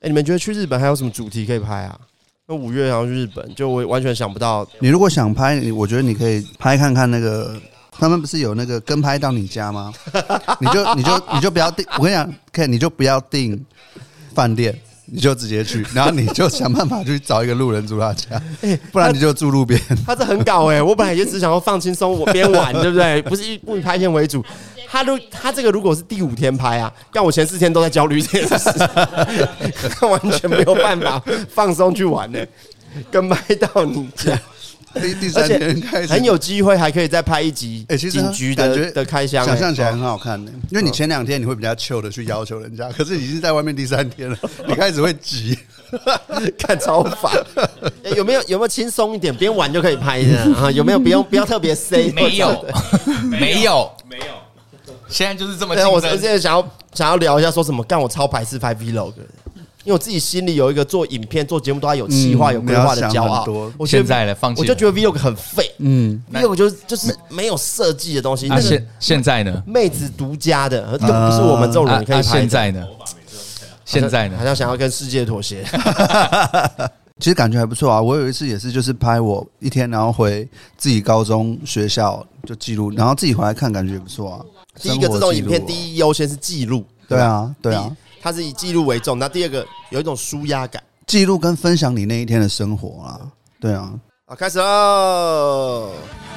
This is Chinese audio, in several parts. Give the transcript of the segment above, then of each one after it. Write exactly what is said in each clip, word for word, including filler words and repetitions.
欸，你们觉得去日本还有什么主题可以拍啊？那五月好像去日本，就我完全想不到。 你如果想拍，我觉得你可以拍看看那个，他们不是有那个跟拍到你家吗？你就你就你就不要订，我跟你讲，可以你就不要订饭店，你就直接去，然后你就想办法去找一个路人住他家，欸、不然你就住路边。 他这很搞哎、欸，我本来也只想要放轻松，我边玩，对不对？不是以不以拍片为主。他如他这个如果是第五天拍啊，但我前四天都在焦虑这件事，完全没有办法放松去玩呢、欸。跟拍到你家， 第三天开始很有机会还可以再拍一集警局的、欸、的开箱、欸， 想象起来很好看的、欸。因为你前两天你会比较 chill 的去要求人家，可是已经在外面第三天了，你开始会急， 看超烦、欸。有没有有没有轻松一点，边玩就可以拍的啊？有没有不用不要特别 say？ 没有，没有，没有。现在就是这么竞争。 我之前想要想要聊一下，说什么干我超排斥拍 vlog 的，因为我自己心里有一个做影片、做节目都要有企划、嗯、有规划的骄傲。 我现在了，放弃。 我就觉得 vlog 很废，嗯 ，vlog 就就是没有设计的东西。 那现现在呢？ 妹子独家的，更不是我们这种人可以拍的。 现在呢？现在呢？ 好像想要跟世界妥协。 其实感觉还不错啊！我有一次也是，就是拍我一天，然后回自己高中学校就记录，然后自己回来看，感觉也不错啊。 第一个这种影片，第一优先是记录， 对啊，对啊， 它是以记录为重。那第二个有一种抒压感， 记录跟分享你那一天的生活啊，对啊。 好，开始喽！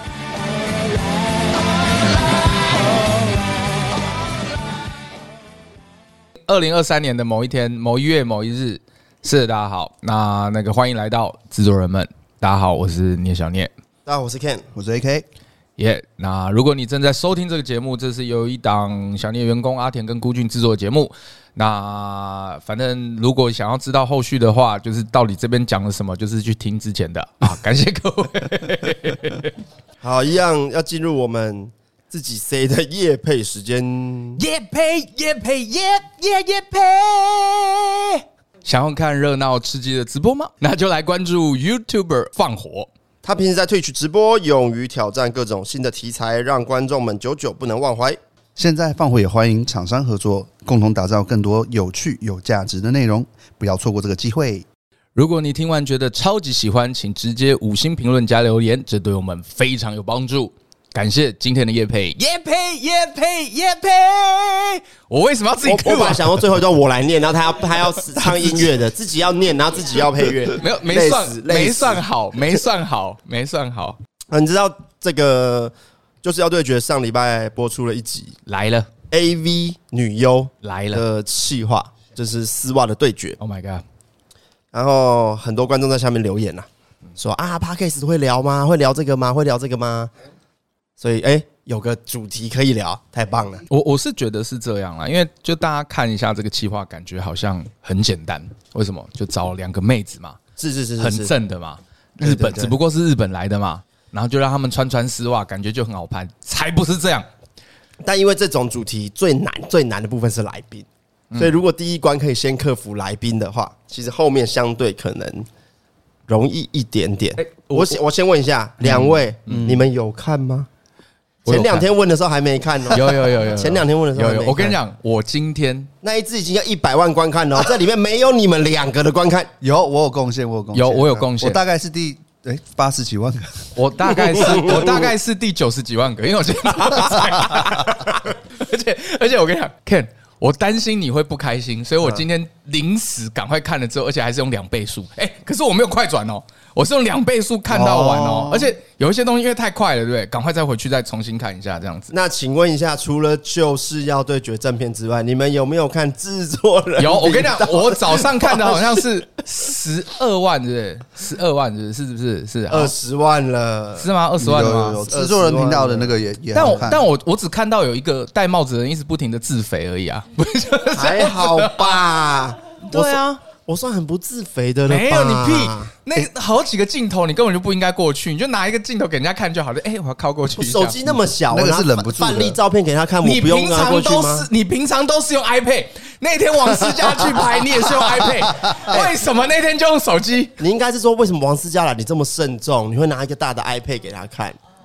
二零二三年的某一天、某一月、某一日。是，大家好，那那个欢迎来到制作人们，大家好，我是聂小聂， 大家好，我是 Ken， 我是 A K， 耶、yeah, 。那如果你正在收听这个节目，这是由一档小聂员工阿田跟孤俊制作的节目。那反正如果想要知道后续的话，就是到底这边讲了什么，就是去听之前的啊。感谢各位。 好，一样要进入我们自己 say 的业配时间， 业配业配业业业配。想要看热闹刺激的直播吗？那就来关注 YouTuber 放火。 他平时在 Twitch 直播，勇于挑战各种新的题材，让观众们久久不能忘怀。 现在放火也欢迎厂商合作，共同打造更多有趣有价值的内容，不要错过这个机会。 如果你听完觉得超级喜欢，请直接五星评论加留言，这对我们非常有帮助。感谢今天的业配，业配业配业配。我为什么要自己、啊？ 我我本来想说最后一段我来念，然后他要他要唱音乐的，自己要念，然后自己要配乐， 没有没算没算好，没算好，没算好。 你知道这个就是要对决上礼拜播出了一集来了 A V 女优来了的企划，就是丝袜的对决。 Oh my god！ 然后很多观众在下面留言呐、啊，说啊 ，Podcast 会聊吗？会聊这个吗？会聊这个吗？所以，哎、欸，有个主题可以聊，太棒了。 我我是觉得是这样啦，因为就大家看一下这个企划，感觉好像很简单。为什么？就找两个妹子嘛， 是是 是, 是， 很正的嘛，日本只不过是日本来的嘛，然后就让他们穿穿丝袜，感觉就很好拍，才不是这样。 但因为这种主题最难最难的部分是来宾，所以如果第一关可以先克服来宾的话，其实后面相对可能容易一点点。欸、我我先问一下两位、嗯嗯，你们有看吗？前两天问的时候还没看哦， 有有有有。 前两天问的时候还没看， 有有。我跟你讲，我今天那一支已经要一百万观看了，这里面没有你们两个的观看。 有，我有贡献，我有贡献， 有我有贡献。 我大概是第哎八十几万个， 我大概是我大概是第九十几万个，因为我今天而且而且我跟你讲 ，Ken， 我担心你会不开心，所以我今天临时赶快看了之后，而且还是用两倍速。哎、欸，可是我没有快转哦。我是用两倍速看到完哦，而且有一些东西因为太快了，对不对？赶快再回去再重新看一下，这样子。 那请问一下，除了就是要对决正片之外，你们有没有看制作人？ 有，我跟你讲，我早上看的好像是十二万，对不对？十二万，是不是？是二十万了， 是吗？二十万了吗？ 制作人频道的那个也也但我但我我只看到有一个戴帽子的人一直不停的自肥而已啊， 还好吧？ 对啊。 我算很不自肥的了吧？ 没有你屁！那好几个镜头你根本就不应该过去，你就拿一个镜头给人家看就好了。哎、欸，我要靠过去一下。 手机那么小， 那个是忍不住的。 范例照片给他看，我不用拿过去吗？ 你平常都是用 iPad， 那天王思佳去拍，你也是用 iPad， 为什么那天就用手机？ 你应该是说，为什么王思佳来你这么慎重？你会拿一个大的 iPad 给他看？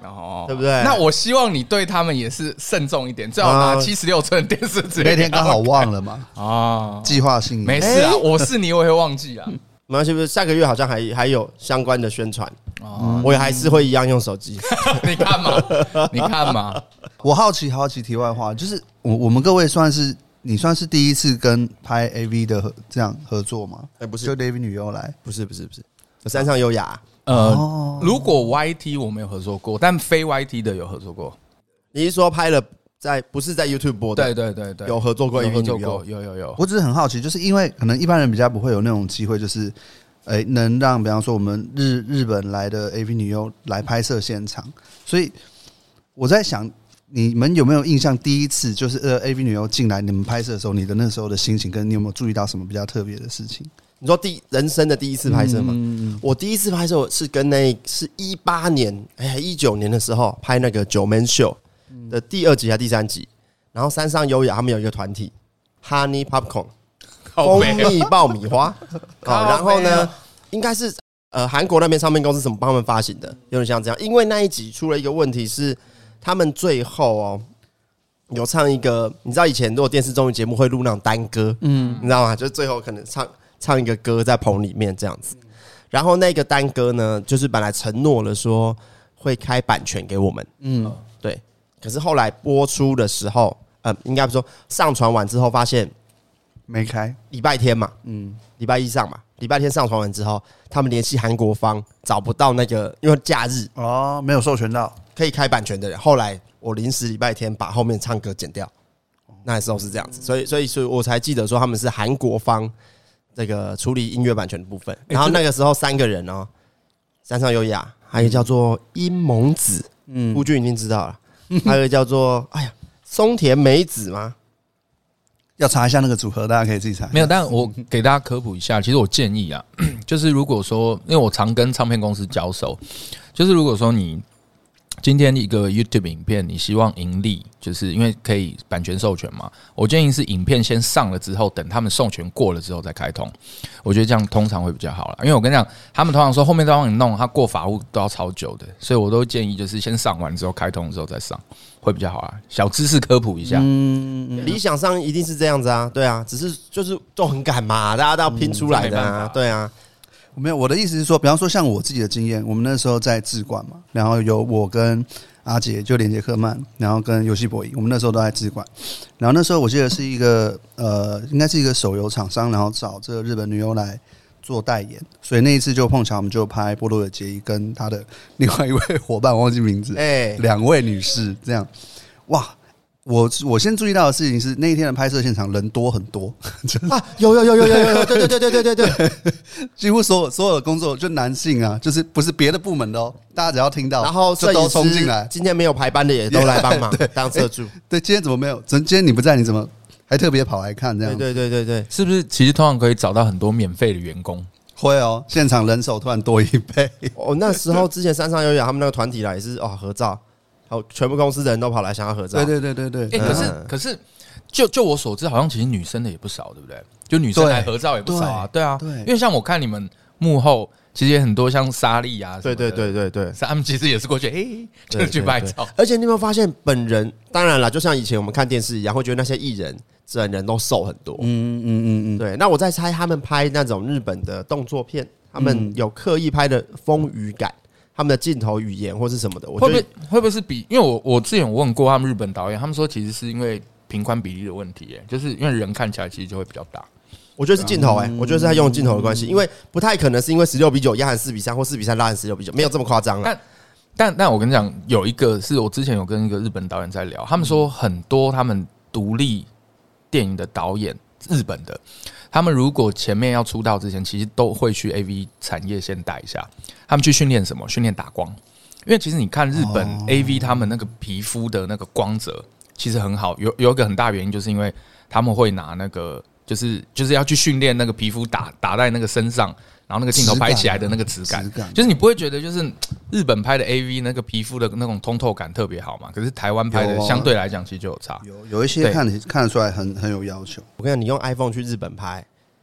哦， 对不对？ 那我希望你对他们也是慎重一点，最好拿七十六寸电视直接。 那天刚好忘了嘛， 哦， 计划性没事啊，我是你我也会忘记啊。 没关系，不是下个月好像还还有相关的宣传，哦，我也还是会一样用手机。 你看嘛，你看嘛。 我好奇好奇题外话，就是我我们各位算是你算是第一次跟拍 A V 的合这样合作吗？ 哎，不是， 就 A V 女优来， 不是不是不是，山上优雅。 呃，哦、如果 Y T 我没有合作过，但非 Y T 的有合作过。 你是说拍了在不是在 YouTube 播的？ 对对对对， 有合作过 A V 女优，有有有。 我只是很好奇，就是因为可能一般人比较不会有那种机会，就是哎、欸、能让比方说我们日日本来的 A V 女优来拍摄现场，所以我在想。你们有没有印象？第一次就是呃 A V 女优进来你们拍摄的时候，你的那时候的心情，跟你有没有注意到什么比较特别的事情？ 你说第人生的第一次拍摄吗？嗯、我第一次拍摄是跟那是一八年哎一九年的时候拍那个九 man show 的第二集还第三集，然后山上优雅他们有一个团体 Honey Popcorn 蜂蜜爆米花，好，然后呢应该是呃韩国那边唱片公司怎么帮他们发行的，有点像这样，因为那一集出了一个问题是。他们最后哦有唱一个，你知道以前如果电视综艺节目会录那种单歌，嗯，你知道吗？就是最后可能唱唱一个歌在棚里面这样子，然后那个单歌呢，就是本来承诺了说会开版权给我们，嗯，对，可是后来播出的时候，呃，应该说上传完之后发现没开， 礼拜天嘛，嗯，礼拜一上嘛，礼拜天上传完之后，他们联系韩国方找不到那个，因为假日哦，没有授权到。 可以开版权的人，后来我临时礼拜天把后面唱歌剪掉，那时候是这样子，所以所以所以我才记得说他们是韩国方这个处理音乐版权的部分。然后那个时候三个人哦，山上优雅，还有叫做殷萌子，嗯，顾俊一定知道了，还有一个叫做哎呀松田美子吗？ 要查一下那个组合，大家可以自己查。 没有，但我给大家科普一下，其实我建议啊，就是如果说，因为我常跟唱片公司交手，就是如果说你。今天一个 YouTube 影片，你希望盈利，就是因为可以版权授权嘛。我建议是影片先上了之后，等他们授权过了之后再开通。我觉得这样通常会比较好啦。因为我跟你讲，他们通常说后面都帮你弄，他过法务都要超久的，所以我都建议就是先上完之后开通之后再上，会比较好啊。小知识科普一下，嗯， 理想上一定是这样子啊，对啊，只是就是都很赶嘛，大家都要拼出来的啊，对啊。 没有，我的意思是说，比方说像我自己的经验，我们那时候在智冠嘛，然后有我跟阿杰，就连杰克曼，然后跟游戏博弈，我们那时候都在智冠。然后那时候我记得是一个呃，应该是一个手游厂商，然后找这个日本女优来做代言，所以那一次就碰巧我们就拍波多野结衣跟他的另外一位伙伴，忘记名字，哎，两位女士这样，哇。我我先注意到的事情是那一天的拍摄现场人多很多啊，有有有有有有有，对对对对对对对， 几乎所有所有的工作就男性啊，就是不是别的部门的哦，大家只要听到， 然后就都冲进来。 今天没有排班的也都来帮忙当社助、欸。 对，今天怎么没有？今天你不在，你怎么还特别跑来看这样？ 对对对对对， 是不是？其实通常可以找到很多免费的员工。 会哦，现场人手突然多一倍。 哦，那时候之前山上优雅他们那个团体来也是哦合照。好，全部公司的人都跑来想要合照。 对对对对对。 欸、可是、嗯、可是，就就我所知，好像其实女生的也不少，对不对？就女生来合照也不少啊。对, 对啊，对。因为像我看你们幕后，其实也很多像莎莉啊， 对对对对对， 他们其实也是过去，哎、欸，就去拍照。 而且你有没有发现，本人当然了，就像以前我们看电视一样，会觉得那些艺人整人都瘦很多。嗯嗯嗯嗯。对，那我在猜，他们拍那种日本的动作片，他们有刻意拍的丰腴感。他们的镜头语言或是什么的，我觉得会不会会不会是比？因为我我之前有问过他们日本导演，他们说其实是因为频宽比例的问题，哎，就是因为人看起来其实就会比较大。 我觉得是镜头，哎，我觉得是他用镜头的关系，因为不太可能是因为十六比九压成四比三或四比三拉成十六比九，没有这么夸张了。 但但但我跟你讲，有一个是我之前有跟一个日本导演在聊，他们说很多他们独立电影的导演，日本的。他们如果前面要出道之前，其实都会去 A V 产业先带一下。他们去训练什么？训练打光。因为其实你看日本 A V， 他们那个皮肤的那个光泽其实很好。有有一个很大原因，就是因为他们会拿那个，就是就是要去训练那个皮肤打打在那个身上，然后那个镜头拍起来的那个质感，质感就是你不会觉得就是日本拍的 A V 那个皮肤的那种通透感特别好嘛？可是台湾拍的相对来讲其实就有差。 有有一些看看得出来很很有要求。 我跟你讲，你用 iPhone 去日本拍，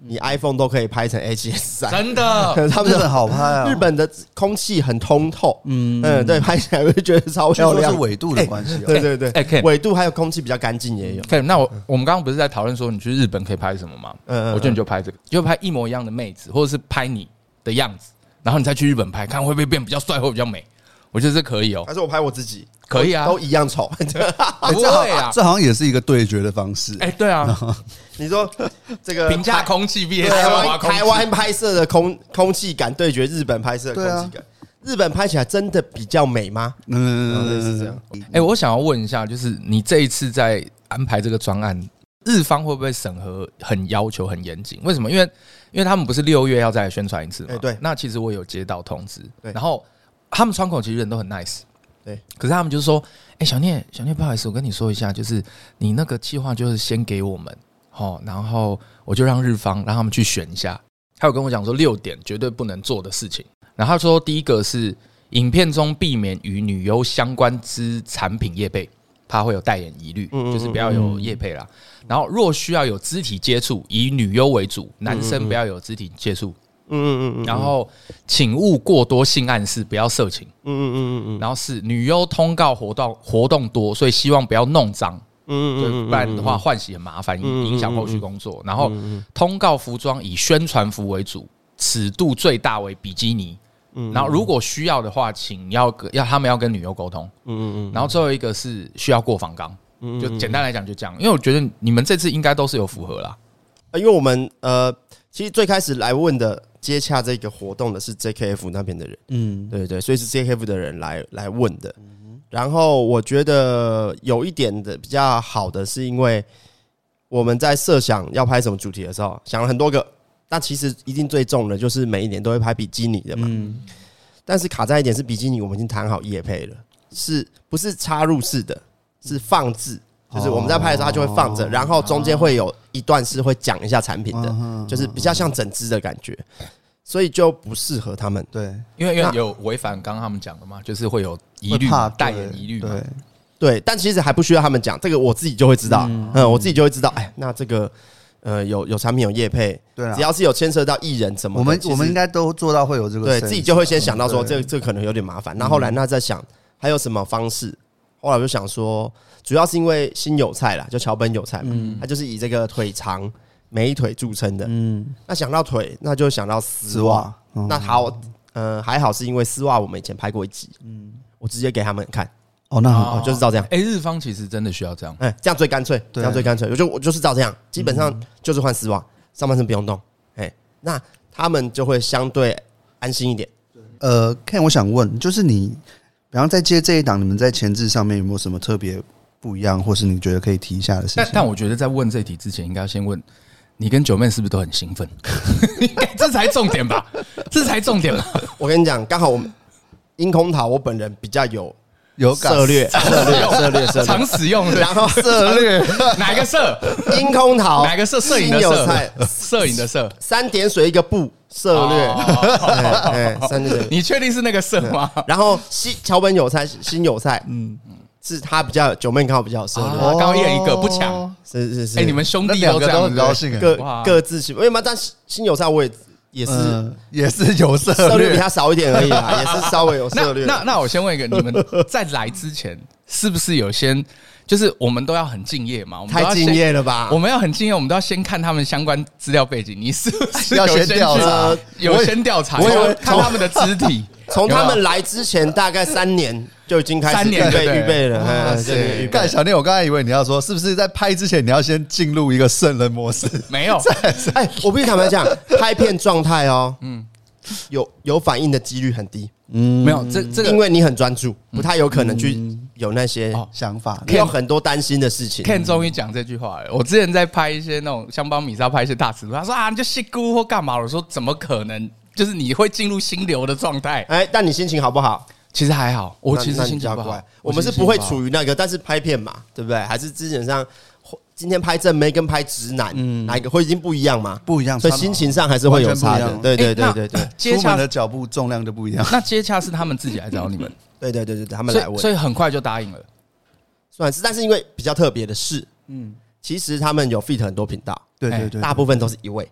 你 iPhone 都可以拍成 H S 三， 真的， 他们日本好拍啊， 日本的空气很通透，嗯嗯，对，拍起来会觉得超漂亮， 是纬度的关系、哦欸，对对对， 哎、欸， 纬度还有空气比较干净也有。 可以，那我我们刚刚不是在讨论说你去日本可以拍什么吗？嗯，我觉得你就拍这个，就拍一模一样的妹子，或者是拍你的样子，然后你再去日本拍，看会不会变比较帅或比较美。我觉得这可以哦， 还是我拍我自己可以啊， 都一样丑， 不会啊， 这好像也是一个对决的方式。 哎，对啊， 你说这个评价空气 V S 台湾台湾拍摄的空空气感对决日本拍摄的空气感，日本拍起来真的比较美吗？嗯，是这样。 哎，我想要问一下，就是你这一次在安排这个专案，日方会不会审核很要求很严谨？为什么？因为因为他们不是六月要再来宣传一次嘛？ 对。 那其实我有接到通知，然后。他们窗口其实人都很 nice， 对， 可是他们就是说，哎、欸，小聂，小聂，不好意思，我跟你说一下，就是你那个计划就是先给我们，哦，然后我就让日方让他们去选一下。他有跟我讲说六点绝对不能做的事情，然后他说第一个是影片中避免与女优相关之产品业配，怕会有代言疑虑，就是不要有业配啦。然后若需要有肢体接触，以女优为主，男生不要有肢体接触。嗯嗯嗯，然后请勿过多性暗示，不要色情。嗯嗯嗯嗯，然后是女优通告活动活动多，所以希望不要弄脏。嗯嗯，不然的话换洗很麻烦，影响后续工作。然后通告服装以宣传服为主，尺度最大为比基尼。然后如果需要的话，请要要他们要跟女优沟通。嗯嗯嗯，然后最后一个是需要过访纲，就简单来讲就这样。因为我觉得你们这次应该都是有符合啦。 因为我们呃，其实最开始来问的。接洽这个活动的是 J K F 那边的人，嗯，对对，所以是 J K F 的人来来问的。然后我觉得有一点的比较好的，是因为我们在设想要拍什么主题的时候，想了很多个，但其实一定最重的就是每一年都会拍比基尼的嘛。嗯，但是卡在一点是比基尼，我们已经谈好业配了，是不是插入式的？是放置。就是我们在拍的时候，它就会放着，然后中间会有一段是会讲一下产品的，就是比较像整支的感觉，所以就不适合他们。 对， 因为因为有违反刚刚他们讲的嘛，就是会有疑虑，代言疑虑嘛。 对对，但其实还不需要他们讲，这个我自己就会知道。嗯，我自己就会知道。哎，那这个呃有有产品有业配，对，只要是有牵涉到艺人什么的， 我们我们应该都做到会有这个， 对自己就会先想到说，这个这个可能有点麻烦。然后后来那再想还有什么方式，后来我就想说。主要是因为新有菜啦，就桥本有菜嘛，嗯、他就是以这个腿长、美腿著称的。嗯，那想到腿，那就想到丝袜。嗯、那好，呃，还好是因为丝袜我们以前拍过一集，嗯，我直接给他们看。 哦，那好， 哦、就是照这样。 哎、欸，日方其实真的需要这样， 哎、欸，这样最干脆，这样最干脆。我就我就是照这样，基本上就是换丝袜，上半身不用动。哎、欸，那他们就会相对安心一点。 呃 ，Ken， 我想问，就是你，比方在接这一档，你们在前置上面有没有什么特别？不一样，或是你觉得可以提一下的事情。 但但我觉得在问这题之前，应该先问你跟九妹是不是都很兴奋？这才重点吧，这才重点吧。 我跟你讲，刚好我们樱空桃，我本人比较有有策略，策略，策略，策略， 常使用的。 然后策略哪个色？ 樱空桃， 哪个色？摄影的色，摄影的色。 三点水一个布，策略。哎，三点水。 你确定是那个色吗？ 然后新桥本有菜，新有菜，嗯。是他比较九妹刚好比较有涉猎， 刚好一人一个不抢， 是是是。 哎，你们兄弟都这样， 很高兴， 各各自喜。为什么？但新友赛我也也是也是有涉涉猎比他少一点而已啦，也是稍微有涉猎。 那那我先问一个，你们在来之前是不是有先？就是我们都要很敬业嘛，我们太敬业了吧？ 我们要很敬业，我们都要先看他们相关资料背景。你是不是要先调查？ 有先调查，我以为看他们的肢体。 从他们来之前大概三年就已经开始预备预备了。 干小聂，我刚才以为你要说，是不是在拍之前你要先进入一个圣人模式？ 没有。 哎，我必须坦白讲，拍片状态哦，嗯，有有反应的几率很低。 嗯，没有这这个， 因为你很专注，不太有可能去有那些想法， 你有很多担心的事情。 Ken 终于讲这句话了。我之前在拍一些那种像帮米莎拍一些大尺度，他说啊，你就戏姑或干嘛？我说怎么可能？就是你会进入心流的状态。 哎，但你心情好不好？ 其实还好，我其实心情不好。 我们是不会处于那个，但是拍片嘛，对不对？还是基本上今天拍正妹跟拍直男，嗯，哪一个会已经不一样吗？ 不一样， 所以心情上还是会有差的。对对对对对， 接洽的脚步重量就不一样。 那接洽是他们自己来找你们？ 对对对对，他们来问， 所以很快就答应了。 算是，但是因为比较特别的是，嗯，其实他们有 feat 很多频道， 对对对， 大部分都是一位。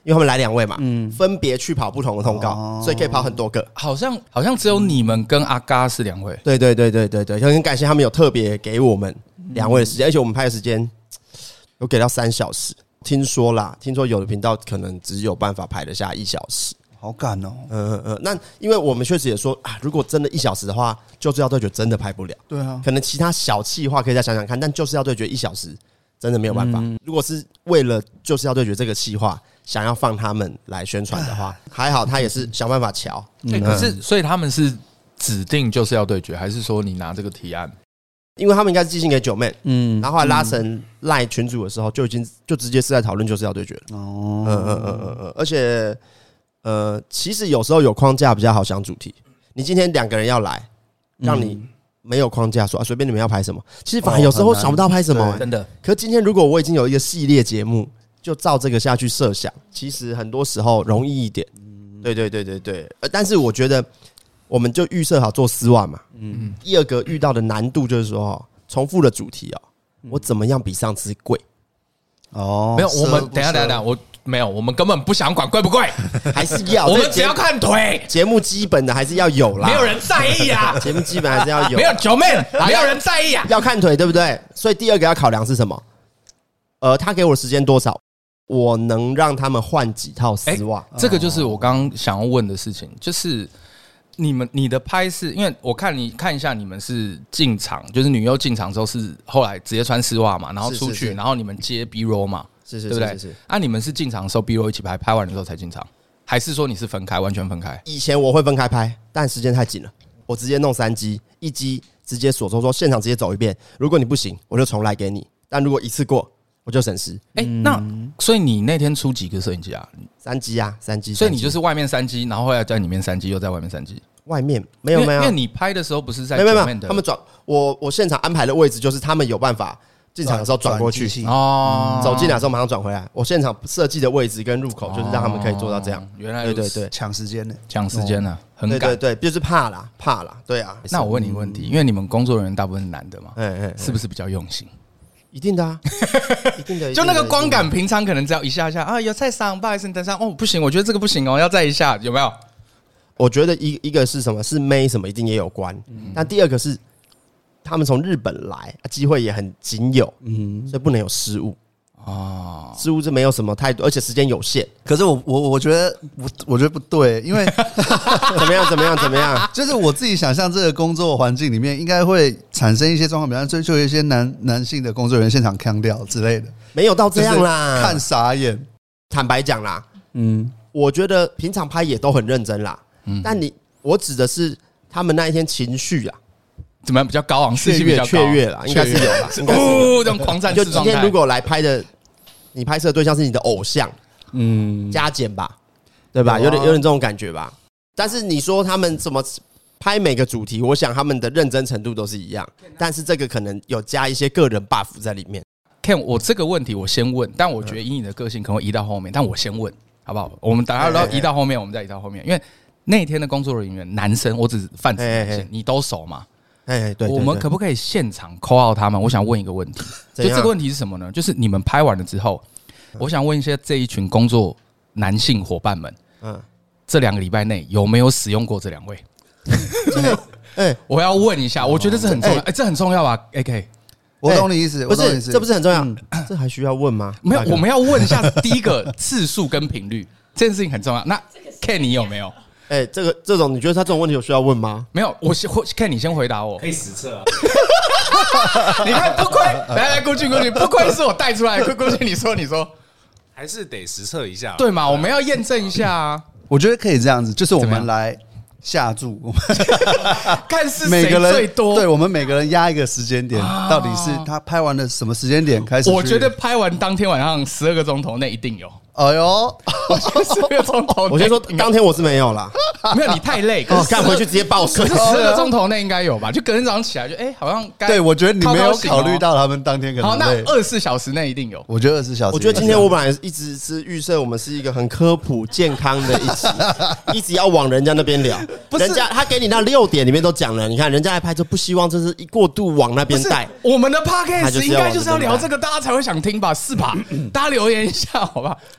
因为他们来两位嘛，嗯，分别去跑不同的通告，哦、所以可以跑很多个。 好像好像只有你们跟阿嘎是两位。 对对对对对对，很感谢他们有特别给我们两位的时间，嗯、而且我们拍的时间有给到三小时。听说啦，听说有的频道可能只有办法拍得下一小时。 好赶哦， 嗯嗯嗯，那因为我们确实也说啊，如果真的一小时的话，就是要对决真的拍不了。 对啊， 可能其他小企划可以再想想看，但就是要对决一小时真的没有办法。嗯、如果是为了就是要对决这个企划，想要放他们来宣传的话，还好他也是想办法瞧。 嗯欸、可是所以他们是指定就是要对决，还是说你拿这个提案？ 因为他们应该是寄信给九妹，嗯，然后后来拉成赖群组的时候，就已经就直接是在讨论就是要对决了。哦，嗯嗯嗯嗯嗯，而且。呃，其实有时候有框架比较好想主题。你今天两个人要来，让你没有框架说啊，随便你们要拍什么。其实反而有时候想不到拍什么、欸， 真的。 可是今天如果我已经有一个系列节目，就照这个下去设想，其实很多时候容易一点。对对对对对。但是我觉得，我们就预设好做丝袜嘛。嗯。第二个遇到的难度就是说，重复的主题哦，我怎么样比上次贵？ 哦， 没有，我们等一下等一下等一下我。没有，我们根本不想管贵不贵， 还是要我们只要看腿。 节目基本的还是要有啦， 没有人在意啊。 节目基本还是要有， 没有九妹，没有人在意啊。 要看腿，对不对？所以第二个要考量是什么？呃，他给我的时间多少，我能让他们换几套丝袜、欸？ 这个就是我刚刚想要问的事情，就是你们你的拍是因为我看你看一下，你们是进场，就是女优进场之后是后来直接穿丝袜嘛，然后出去，是是是然后你们接 B roll 嘛。 是是， 对不对？是是是啊，你们是进场的时候 B roll 一起拍，拍完的时候才进场，还是说你是分开，完全分开？ 以前我会分开拍，但时间太紧了，我直接弄三机，一机直接锁，说说现场直接走一遍。如果你不行，我就重来给你；但如果一次过，我就省时。 哎、欸，那所以你那天出几个摄影机啊？ 三机啊，三机。 所以你就是外面三机，然后后来在里面三机，又在外面三机。 外面没有没有， 因为你拍的时候不是在没有没有，他们转我我现场安排的位置就是他们有办法。进场的时候转过去哦，走进来的时候马上转回来。我现场设计的位置跟入口就是让他们可以做到这样。 原来对对对， 抢时间呢， 抢时间呢，很赶。 对对对，就是怕啦，怕啦，对啊。 那我问你一个问题，因为你们工作人员大部分是男的嘛，是不是比较用心？ 一定的啊，一定的。 就那个光感，平常可能只要一下下啊，有菜上，不好意思，你等下哦，不行，我觉得这个不行哦，要再一下，有没有？ 我觉得一一个是什么是妹什么一定也有关，但第二个是。他们从日本来，机会也很仅有，嗯，所以不能有失误啊。失误是没有什么太多，而且时间有限。 可是我我我觉得我我觉得不对，因为怎么样怎么样怎么样？ 就是我自己想象这个工作环境里面应该会产生一些状况，比方追求一些男男性的工作人员现场腔调之类的， 没有到这样啦， 看傻眼。 坦白讲啦，嗯，我觉得平常拍也都很认真啦，嗯，但你我指的是他们那一天情绪啊。 怎么样比较高昂？ 雀跃雀跃啦，应该是有啦，应该是哦，这种狂战士就今天如果来拍的，你拍摄的对象是你的偶像，嗯，加减吧，对吧？有点有点这种感觉吧。但是你说他们怎么拍每个主题，我想他们的认真程度都是一样，但是这个可能有加一些个人 buff 在里面。 Ken， 我这个问题我先问，但我觉得以你的个性可能会移到后面，但我先问好不好？我们等下要移到后面，我们再移到后面，因为那天的工作人员男生，我只是泛指男性，你都熟嘛？ 哎，对， 我们可不可以现场 call out 他们？我想问一个问题，就这个问题是什么呢？就是你们拍完了之后，我想问一些这一群工作男性伙伴们，嗯，这两个礼拜内有没有使用过这两位？哎，我要问一下，我觉得这很重要，哎，这很重要吧 ？A K， 我懂你意思， 不是，这不是很重要，这还需要问吗？ 没有，我们要问一下第一个次数跟频率，这件事情很重要。那 Ken 你有没有？ 哎、欸，这个这种，你觉得他这种问题有需要问吗？ 没有，我先看你先回答我。 可以实测啊！ 你看不亏，来来，过去过去，不亏是我带出来，过去你说你说， 还是得实测一下， 对嘛？我们要验证一下啊。 我觉得可以这样子，就是我们来下注，我们看是谁最多。 对，我们每个人压一个时间点，啊、到底是他拍完的什么时间点开始？ 我觉得拍完当天晚上十二个钟头内一定有。 哎呦， 十二个钟头， 我先说，当天我是没有啦， 没有你太累， 哦，干回去直接爆睡。 可是十二个钟头内应该有吧？就隔天早上起来就哎、欸，好像该。 对，我觉得你没有考虑到他们当天可能累。 好，那二十四小时内一定有。 我觉得二十四小时。 我觉得今天我本来一直是预设我们是一个很科普健康的一集，一直要往人家那边聊。不是，人家他给你那六点里面都讲了，你看人家来拍就不希望这是一过度往那边带。 我们的 podcast 应该就是要聊这个，大家才会想听吧？是吧？大家留言一下好吧？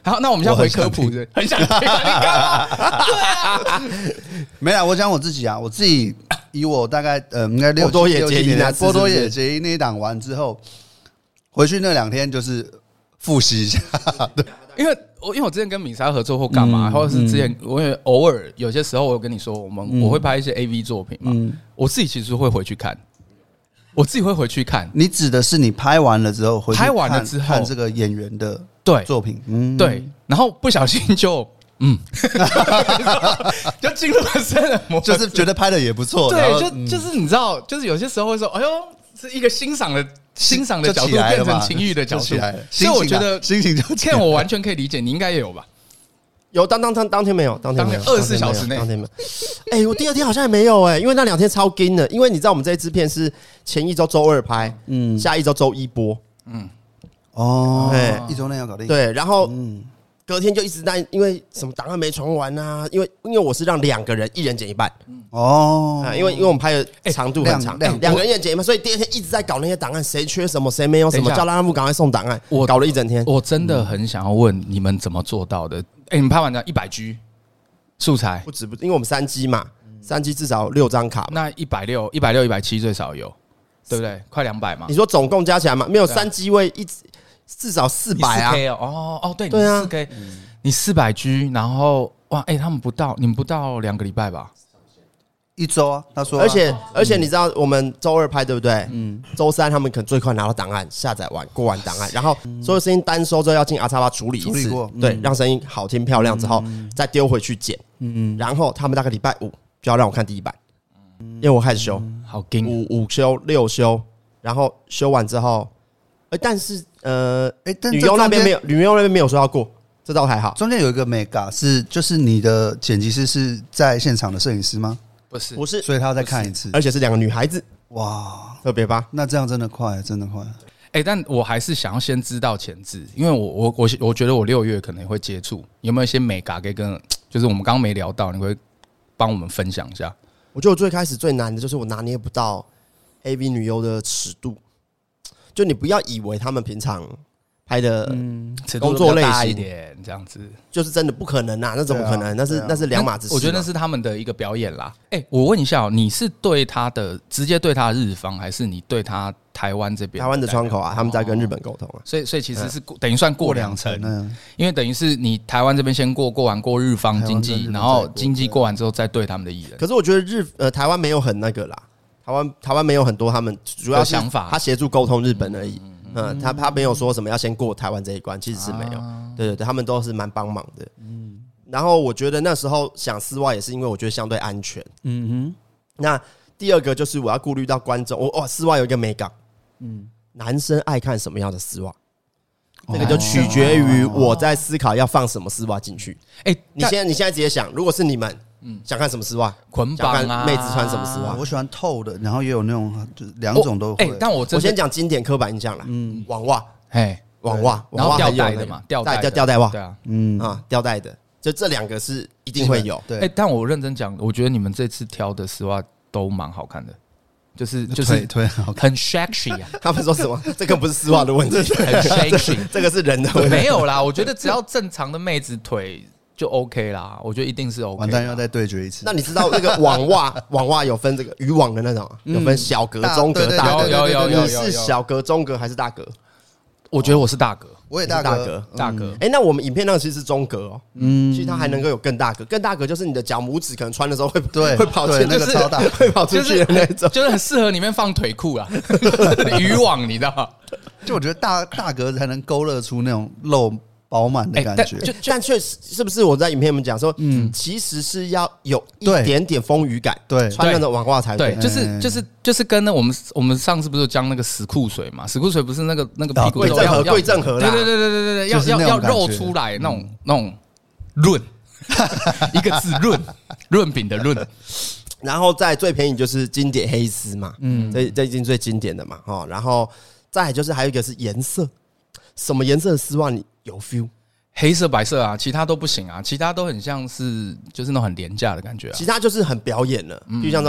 好，那我们现在回科普，很想听，你干嘛？对啊， 没啦，我讲我自己啊，我自己以我大概呃，应该六波多野结衣那次波多野结衣那一档完之后，回去那两天就是复习一下。对， 因为我因为我之前跟米莎合作或干嘛， 嗯或者是之前我也偶尔有些时候，我有跟你说，我们、 嗯、 我会拍一些 A V 作品嘛， 嗯、 我自己其实会回去看，我自己会回去看。 你指的是你拍完了之后回去拍完了之后看这个演员的对作品，嗯、 对，然后不小心就嗯，就进入了生人模式， 就是觉得拍的也不错。 对，就、 嗯、 就是你知道，就是有些时候会说，哎呦，是一个欣赏的。欣赏的角度变成情欲的角度，所以我觉得心情就看我完全可以理解，你应该也有吧？ 有当当当当天没有，当天没有， 二十四小时内当天没有。哎、欸，我第二天好像也没有哎、欸，因为那两天超紧的，因为你知道我们这一支片是前一周周二拍，嗯，下一周周一播，嗯， 哦， 对， 一周内要搞定， 对，然后嗯。 隔天就一直在，因为什么档案没传完啊？因为因为我是让两个人一人剪一半， 哦、 啊，因为因为我们拍的长度很长，两、欸、个人一人剪一半，所以第二天一直在搞那些档案，谁缺什么，谁没有什么，叫拉拉木赶快送档案，我搞了一整天。 我真的很想要问你们怎么做到的？哎、欸，你们拍完的一百 G 素材不止不止，因为我们三 G 嘛，三 G 至少六张卡， 那一百六、一百六、一百七最少有，对不对？快两百嘛？ 你说总共加起来嘛？没有三 G 位一至少四百啊！ 哦哦，对， 对啊， 四 K。你四百 G， 然后哇，哎、欸，他们不到，你们不到两个礼拜吧？ 一周啊，他说、啊。 而且而且你知道，我们周二拍对不对？嗯。周三他们可能最快拿到档案，下载完过完档案，然后所有声音单收之后要进阿叉巴处理一次， 处理过，嗯、 对，让声音好听漂亮之后、嗯、再丢回去剪。嗯然后他们大概礼拜五就要让我看第一版，嗯、因为我开始修， 嗯、好紧， 五五修六修，然后修完之后，呃，但是呃，哎、欸，女优那边没有，女优那边没有说要过。这倒还好， 中间有一个 mega 是，就是你的剪辑师是在现场的摄影师吗？ 不是， 不是， 所以他要再看一次， 而且是两个女孩子， 哇， 特别吧？ 那这样真的快，真的快。 哎、欸，但我还是想要先知道前置，因为我我我我觉得我六月可能会接触，有没有一些 mega 可以跟，就是我们刚刚没聊到，你会帮我们分享一下？ 我觉得我最开始最难的就是我拿捏不到 A V 女优的尺度，就你不要以为他们平常。拍的工作类型一点这样子， 就是真的不可能啊！那怎么可能？那是那是两码子事。 我觉得那是他们的一个表演啦。哎，我问一下哦，你是对他的直接对他的日方，还是你对他台湾这边台湾的窗口啊？他们在跟日本沟通啊。 所以所以其实是等于算过两层，因为等于是你台湾这边先过过完过日方经济，然后经济过完之后再对他们的艺人。 可是我觉得日呃台湾没有很那个啦，台湾台湾没有很多他们主要想法， 他协助沟通日本而已。嗯，他他没有说什么要先过台湾这一关，其实是没有。对对对，他们都是蛮帮忙的。嗯，然后我觉得那时候想丝袜也是因为我觉得相对安全。嗯哼。那第二个就是我要顾虑到观众，我哇，丝袜有一个美感。嗯，男生爱看什么样的丝袜，这个就取决于我在思考要放什么丝袜进去。哎，你现在你现在直接想，如果是你们。嗯，想看什么丝袜？ 捆绑啊， 妹子穿什么丝袜？ 我喜欢透的，然后也有那种，就是两种都会。 哎，但我我先讲经典刻板印象啦。嗯，网袜， 哎， 网袜， 然后吊带的嘛，吊带吊吊带袜， 对啊， 嗯啊，吊带的，就这两个是一定会有。 对，哎，但我认真讲，我觉得你们这次挑的丝袜都蛮好看的。就是就是很 sexy 啊！ 他们说什么？这个不是丝袜的问题， 很 sexy， 这个是人的问题。 没有啦，我觉得只要正常的妹子腿。就 OK 啦，我觉得一定是 OK。 完蛋，要再对决一次。 那你知道那个网袜，网袜有分这个渔网的那种，有分小格、中格、大格。 有有有， 你是小格、中格还是大格？ 我觉得我是大格， 我也大格， 大格。 哎，那我们影片那个其实是中格哦，嗯，其实它还能够有更大格，更大格就是你的脚拇指可能穿的时候会对会跑进那个超大， 会跑出去的那种， 就是很适合里面放腿裤啊，渔网，你知道吗？ 就我觉得大大格才能勾勒出那种露。饱满的感觉， 欸、但, 但确实是不是我在影片里面讲说，嗯，其实是要有一点点风雨感， 对， 穿那种网袜才对，对就是就是就是跟那我们我们上次不是讲那个死裤水嘛，死裤水不是那个那个屁股贵正和贵正和啦， 对对对对对对，要要要露出来那种那种润，一个字润润饼的润。 然后再最便宜就是经典黑丝嘛，嗯，这这已经最经典的嘛，哈，然后再来就是还有一个是颜色。什么颜色的丝袜你有 feel？ 黑色、白色啊，其他都不行啊，其他都很像是就是那种很廉价的感觉啊。 其他就是很表演了，就像说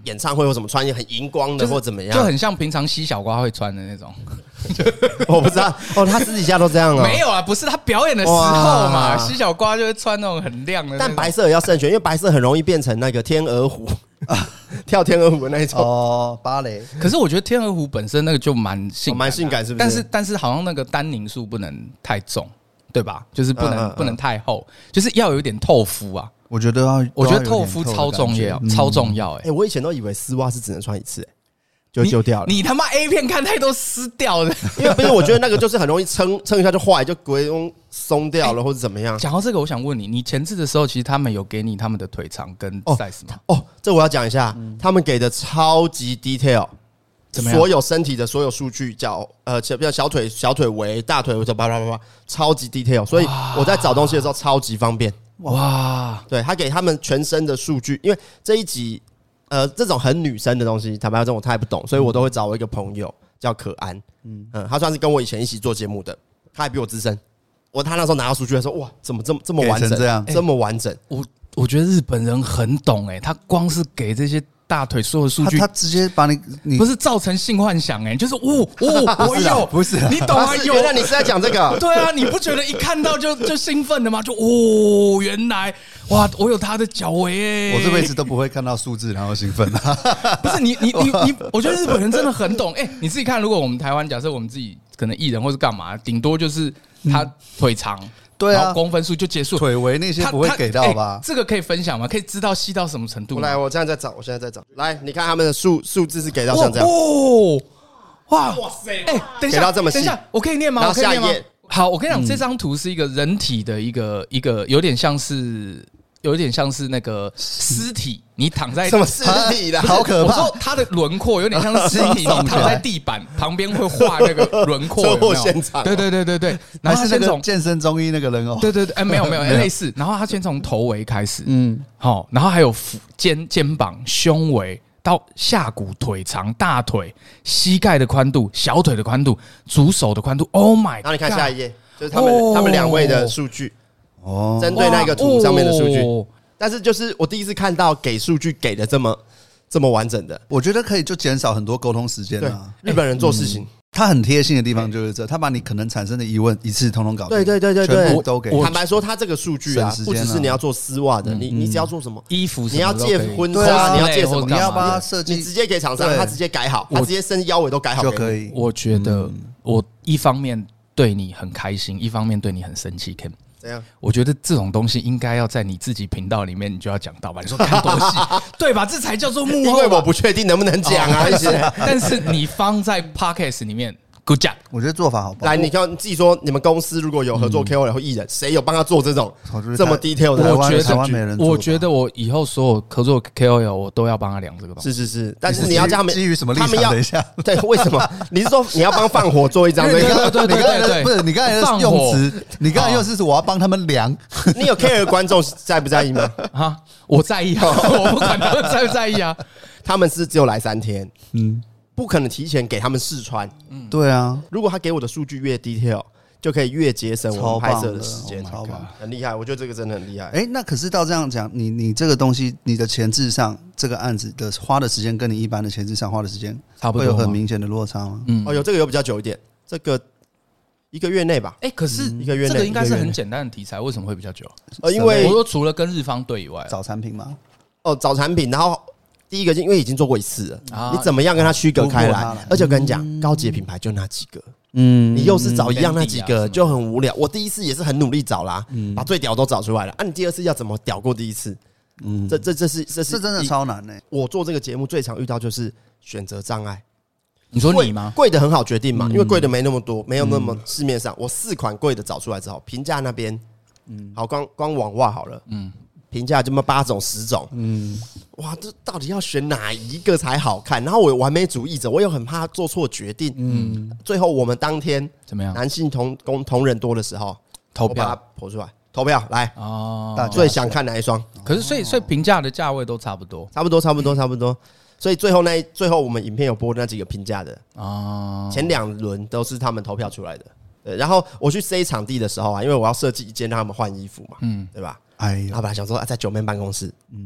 演唱会或什么穿很荧光的或怎么样， 就很像平常西小瓜会穿的那种。 我不知道哦，他私底下都这样啊？ 没有啊，不是他表演的时候嘛，西小瓜就会穿那种很亮的， 但白色也要慎选，因为白色很容易变成那个天鹅湖。跳天鹅湖的那一种哦，芭蕾。 可是我觉得天鹅湖本身那个就蛮性蛮、哦、性感，是不是？ 但是但是好像那个单宁素不能太重，对吧？就是不能嗯嗯嗯不能太厚，就是要有一点透肤啊。 我觉得要， 我觉得透肤超重要，嗯、超重要、欸。哎、 欸，我以前都以为丝袜是只能穿一次、欸，就丢掉了。 你, 你他妈 A 片看太多撕掉的， 因为不是，我觉得那个就是很容易撑撑一下就坏，就鬼用松掉了、欸、或者怎么样。 讲到这个，我想问你，你前置的时候，其实他们有给你他们的腿长跟 size 吗？ 哦，哦这我要讲一下、嗯，他们给的超级 detail， 怎么样？所有身体的所有数据，脚呃，比如小腿、小腿围、大腿围，叭叭叭叭，超级 detail， 所以我在找东西的时候超级方便。哇，对他给他们全身的数据，因为这一集。呃，这种很女生的东西，坦白说我太不懂，所以我都会找我一个朋友叫可安，嗯嗯，他算是跟我以前一起做节目的，他还比我资深。我他那时候拿到数据，他说哇，怎么这么这么完整， 这样这么完整？ 我我觉得日本人很懂哎、欸，他光是给这些大腿所有数据， 他直接把你你不是造成性幻想哎、欸，就是哦哦，我有不是你懂啊？有， 原来你是在讲这个？ 对啊，你不觉得一看到就就兴奋的吗？就哦，原来。哇！我有他的脚围诶， 我这辈子都不会看到数字然后兴奋啊！ 不是你你你你，我觉得日本人真的很懂。哎、欸，你自己看，如果我们台湾假设我们自己可能艺人或是干嘛，顶多就是他腿长，嗯、 对啊， 公分数就结束， 腿围那些不会给到吧、欸？ 这个可以分享吗？可以知道细到什么程度？ 我来，我现在在找，我现在在找。来，你看他们的数数字是给到像这样。 哦，哇哇塞！哎、欸，等一下， 给到这么细， 等一下，我可以念吗？ 然后下一页。 好，我跟你讲，这张图是一个人体的一个一个，有点像是。有一点像是那个尸体，你躺在什么尸体啦？ 好可怕！ 我说它的轮廓有点像是尸体，你躺在地板旁边会画那个轮廓， 车祸现场。 对对对对对， 然后是那个健身中医那个人哦。 对对对，哎，没有没有类似。然后他先从头围开始，嗯，好，然后还有肩肩膀、胸围到下骨、腿长、大腿、膝盖的宽度、小腿的宽度、足手的宽度。Oh my！ 然后你看下一页，就是他们他们两位的数据。哦，针对那个图上面的数据、哦，但是就是我第一次看到给数据给的这么这么完整的， 我觉得可以就减少很多沟通时间啊。 日本人做事情，嗯、 他很贴心的地方就是这，他把你可能产生的疑问一次通通搞定。 对对对对对， 全部都给。 坦白说，他这个数据啊，不只是你要做丝袜的，你你只要做什么衣服， 你要借婚纱，你要借什么， 你要帮他设计， 你直接给厂商，他直接改好，他直接身腰围都改好就可以。 我觉得我一方面对你很开心，一方面对你很生气 ，Ken。我觉得这种东西应该要在你自己频道里面，你就要讲到吧？你说看多细，对吧？这才叫做幕后。 因为我不确定能不能讲啊， 但是但是你放在 podcast 里面 ，good job， 我觉得做法好棒。 来，你看你自己说，你们公司如果有合作 K O L 或艺人，谁有帮他做这种这么 detail 的？ 我觉得， 我觉得我以后所有合作 K O L 我都要帮他量这个东西。 是是是，但是你要叫他们基于什么立场？等一下， 对，为什么？你是说你要帮放火做一张？ 对对对对对， 不是你刚才的用词，你刚才用词是我要帮他们量。 你有 care 观众在不在意吗？ 啊，我在意啊，我不管他们在不在意啊。 他们是只有来三天，嗯，不可能提前给他们试穿。 嗯，对啊， 如果他给我的数据越 detail，就可以越节省我们拍摄的时间， 超棒， 很厉害。我觉得这个真的很厉害。 哎、欸，那可是照这样讲，你你这个东西，你的前置上这个案子的花的时间，跟你一般的前置上花的时间， 差不多， 会有很明显的落差吗？ 嗯，哦，有这个有比较久一点，这个一个月内吧。 哎、欸，可是一个月内， 这个应该是很简单的题材，为什么会比较久？ 呃，因为我说除了跟日方对以外， 找产品吗？ 哦，找产品，然后。第一个，因为已经做过一次了，啊、你怎么样跟他区隔开来？而且我跟你讲，嗯、高级品牌就那几个，嗯，你又是找一样那几个，就很无聊。我第一次也是很努力找啦，嗯、把最屌都找出来了。啊，你第二次要怎么屌过第一次？嗯，这这这是这是这真的超难呢、欸。 我做这个节目最常遇到就是选择障碍。 你说你吗？ 贵的很好决定嘛，嗯、因为贵的没那么多，没有那么市面上。我四款贵的找出来之后，评价那边，嗯，好，光光网袜好了，嗯。评价这么八种十种，嗯，哇，这到底要选哪一个才好看？然后我有完美主义者，我又很怕做错决定，嗯，最后我们当天怎么样？ 男性同工同仁多的时候， 投票把它投出来，投票来哦， 最想看哪一双？ 可是所以所以评价的价位都差不多， 差不多，差不多，差不多。所以最后那最后我们影片有播那几个评价的哦，前两轮都是他们投票出来的。对，然后我去 C 场地的时候啊，因为我要设计一间让他们换衣服嘛，嗯，对吧？哎，然后本来想说、啊、在九妹办公室，嗯，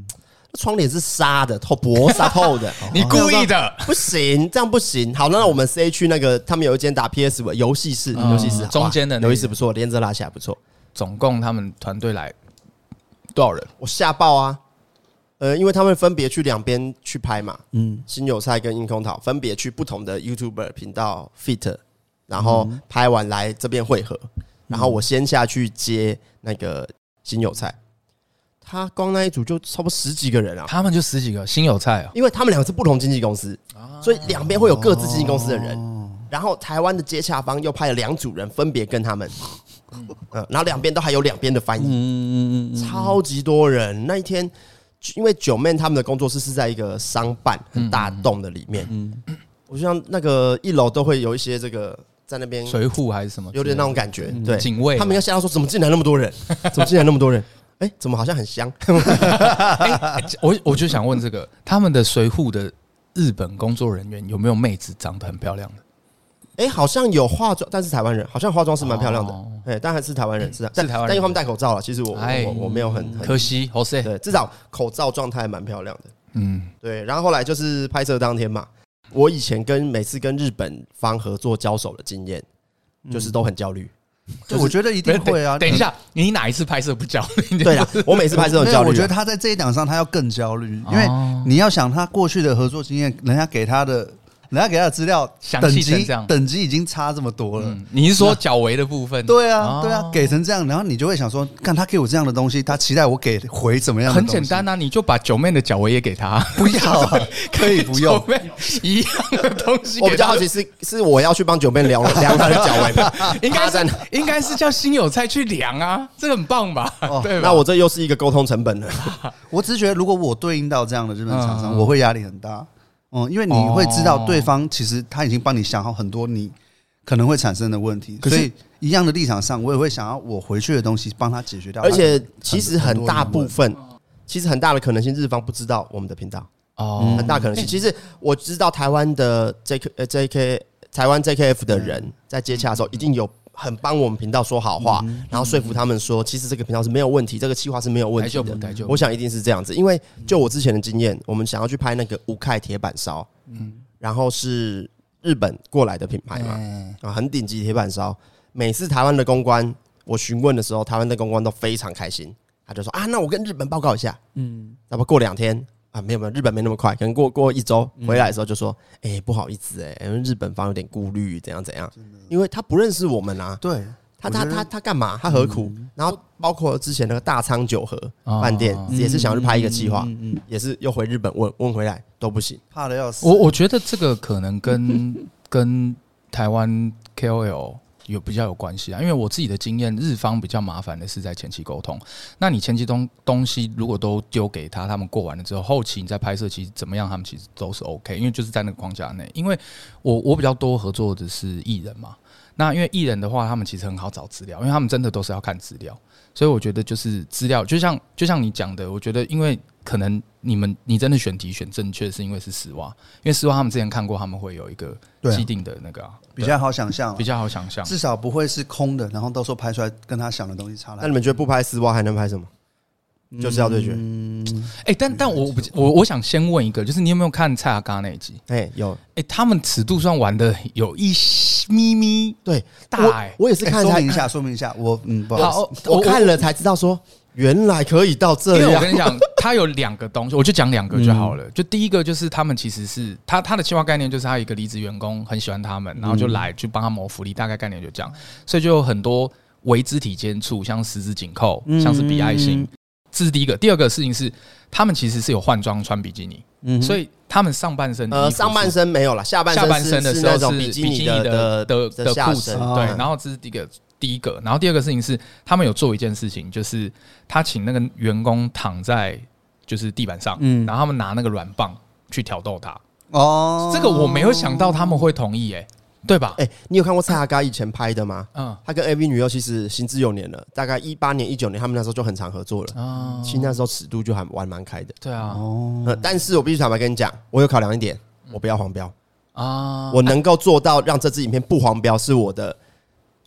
窗帘是纱的，透薄纱透的， 你故意的， 不行，这样不行。好，那我们 C 区那个他们有一间打 P S 五游戏室，游戏室中间的游戏室不错，帘子拉起来不错。 总共他们团队来多少人？ 我吓爆啊！呃，因为他们分别去两边去拍嘛，嗯，新有菜跟樱空桃分别去不同的 YouTuber 频道 fit， 然后拍完来这边汇合，然后我先下去接那个新有菜。他光那一组就差不多十几个人啊， 他们就十几个新有菜啊， 因为他们两个是不同经纪公司，所以两边会有各自经纪公司的人。然后台湾的接洽方又派了两组人，分别跟他们，嗯，然后两边都还有两边的翻译，超级多人。那一天，因为九妹他们的工作室是在一个商办很大洞的里面，我就像那个一楼都会有一些这个在那边水户还是什么， 有点那种感觉，对， 警卫， 他们要吓到说怎么进来那么多人，怎么进来那么多人。哎、欸，怎么好像很香？ 欸、我我就想问这个，他们的随扈的日本工作人员有没有妹子长得很漂亮的？ 哎、欸，好像有化妆，但是台湾人，好像化妆是蛮漂亮的。哎、哦，但还是台湾人，是是台湾人， 但因为他们戴口罩了，其实我我我没有很可惜，好塞， 对，至少口罩状态蛮漂亮的。 嗯， 对。然后后来就是拍摄当天嘛，我以前跟每次跟日本方合作交手的经验，就是都很焦虑。 就是、我觉得一定会啊！ 等一下，你哪一次拍摄不焦虑？ 对啦，我每次拍摄都焦虑。 我觉得他在这一档上，他要更焦虑，因为你要想他过去的合作经验，人家给他的。人家给他的资料等级等级已经差这么多了，嗯、 你是说脚围的部分？ 对啊，哦、对啊，给成这样，然后你就会想说，看他给我这样的东西，他期待我给回怎么样的东西？ 很简单啊，你就把九妹的脚围也给他， 不要、啊，可以不用九妹一样的东西。 我比较好奇是是我要去帮九妹量量他的脚围， 应该是应该是叫新有菜去量啊，这个很棒吧？哦、对吧， 那我这又是一个沟通成本了。 我只是觉得，如果我对应到这样的日本厂商，嗯、我会压力很大。嗯，因为你会知道对方其实他已经帮你想好很多你可能会产生的问题，所以一样的立场上，我也会想要我回去的东西帮他解决掉。 而且其实很大部分，其实很大的可能性，日方不知道我们的频道哦，很大可能性。其实我知道台湾的 J K 呃 J K 台湾 J K F 的人在接洽的时候，一定有很帮我们频道说好话，然后说服他们说，其实这个频道是没有问题，这个企划是没有问题的。我想一定是这样子，因为就我之前的经验，我们想要去拍那个无盖铁板烧，嗯，然后是日本过来的品牌嘛，啊，很顶级铁板烧。每次台湾的公关，我询问的时候，台湾的公关都非常开心，他就说啊，那我跟日本报告一下，嗯，那么过两天。啊，没有没有，日本没那么快，可能过过一周回来的时候就说，哎、欸，不好意思、欸，哎，因为日本方有点顾虑，怎样怎样，因为他不认识我们啊， 对， 他他他他干嘛？他何苦？嗯、然后包括之前那个大仓九和饭店，哦、也是想要去拍一个计划，嗯嗯嗯、也是又回日本问问回来都不行， 怕的要死。 我我觉得这个可能跟跟台湾 K O L。有比较有关系啊，因为我自己的经验，日方比较麻烦的是在前期沟通。那你前期东东西如果都丢给他，他们过完了之后，后期你在拍摄其实怎么样，他们其实都是 OK， 因为就是在那个框架内。因为我我比较多合作的是艺人嘛，那因为艺人的话，他们其实很好找资料，因为他们真的都是要看资料，所以我觉得就是资料，就像就像你讲的，我觉得因为可能你们你真的选题选正确，是因为是丝袜，因为丝袜他们之前看过，他们会有一个既定的那个、啊、 比较好想象， 比较好想象， 至少不会是空的，然后到时候拍出来跟他想的东西差了。 那你们觉得不拍丝袜还能拍什么？嗯、就是要对决。 嗯，哎、欸，但但我我我想先问一个，就是你有没有看蔡阿嘎那一集？ 哎、欸，有。哎、 欸，他们尺度算玩的有一咪咪对大哎、欸， 我也是看、 欸、说明一下，说明一下，我嗯不好意思， 我看了才知道说。原来可以到这样， 因为我跟你讲，它有两个东西，我就讲两个就好了。嗯、就第一个就是他们其实是他他的企划概念就是他有一个离职员工很喜欢他们，然后就来去帮他谋福利，大概概念就这样。所以就有很多微肢体接触，像十指紧扣，像是比爱心，这是第一个。第二个事情是，他们其实是有换装穿比基尼，嗯、所以他们上半身呃上半身没有了，下半身下半身的时候是比基尼的的的的裤子，对，然后这是第一个。第一个，然后第二个事情是，他们有做一件事情，就是他请那个员工躺在就是地板上，嗯，然后他们拿那个软棒去挑逗他。哦，这个我没有想到他们会同意、欸，哎，对吧？ 哎、欸，你有看过蔡阿嘎以前拍的吗？嗯，他跟 A V 女优其实行之有年了，大概一八年、一九年，他们那时候就很常合作了。哦，其实那时候尺度就还玩蛮开的。 对啊， 哦、呃，但是我必须坦白跟你讲，我有考量一点，我不要黄标啊，我能够做到让这支影片不黄标，是我的。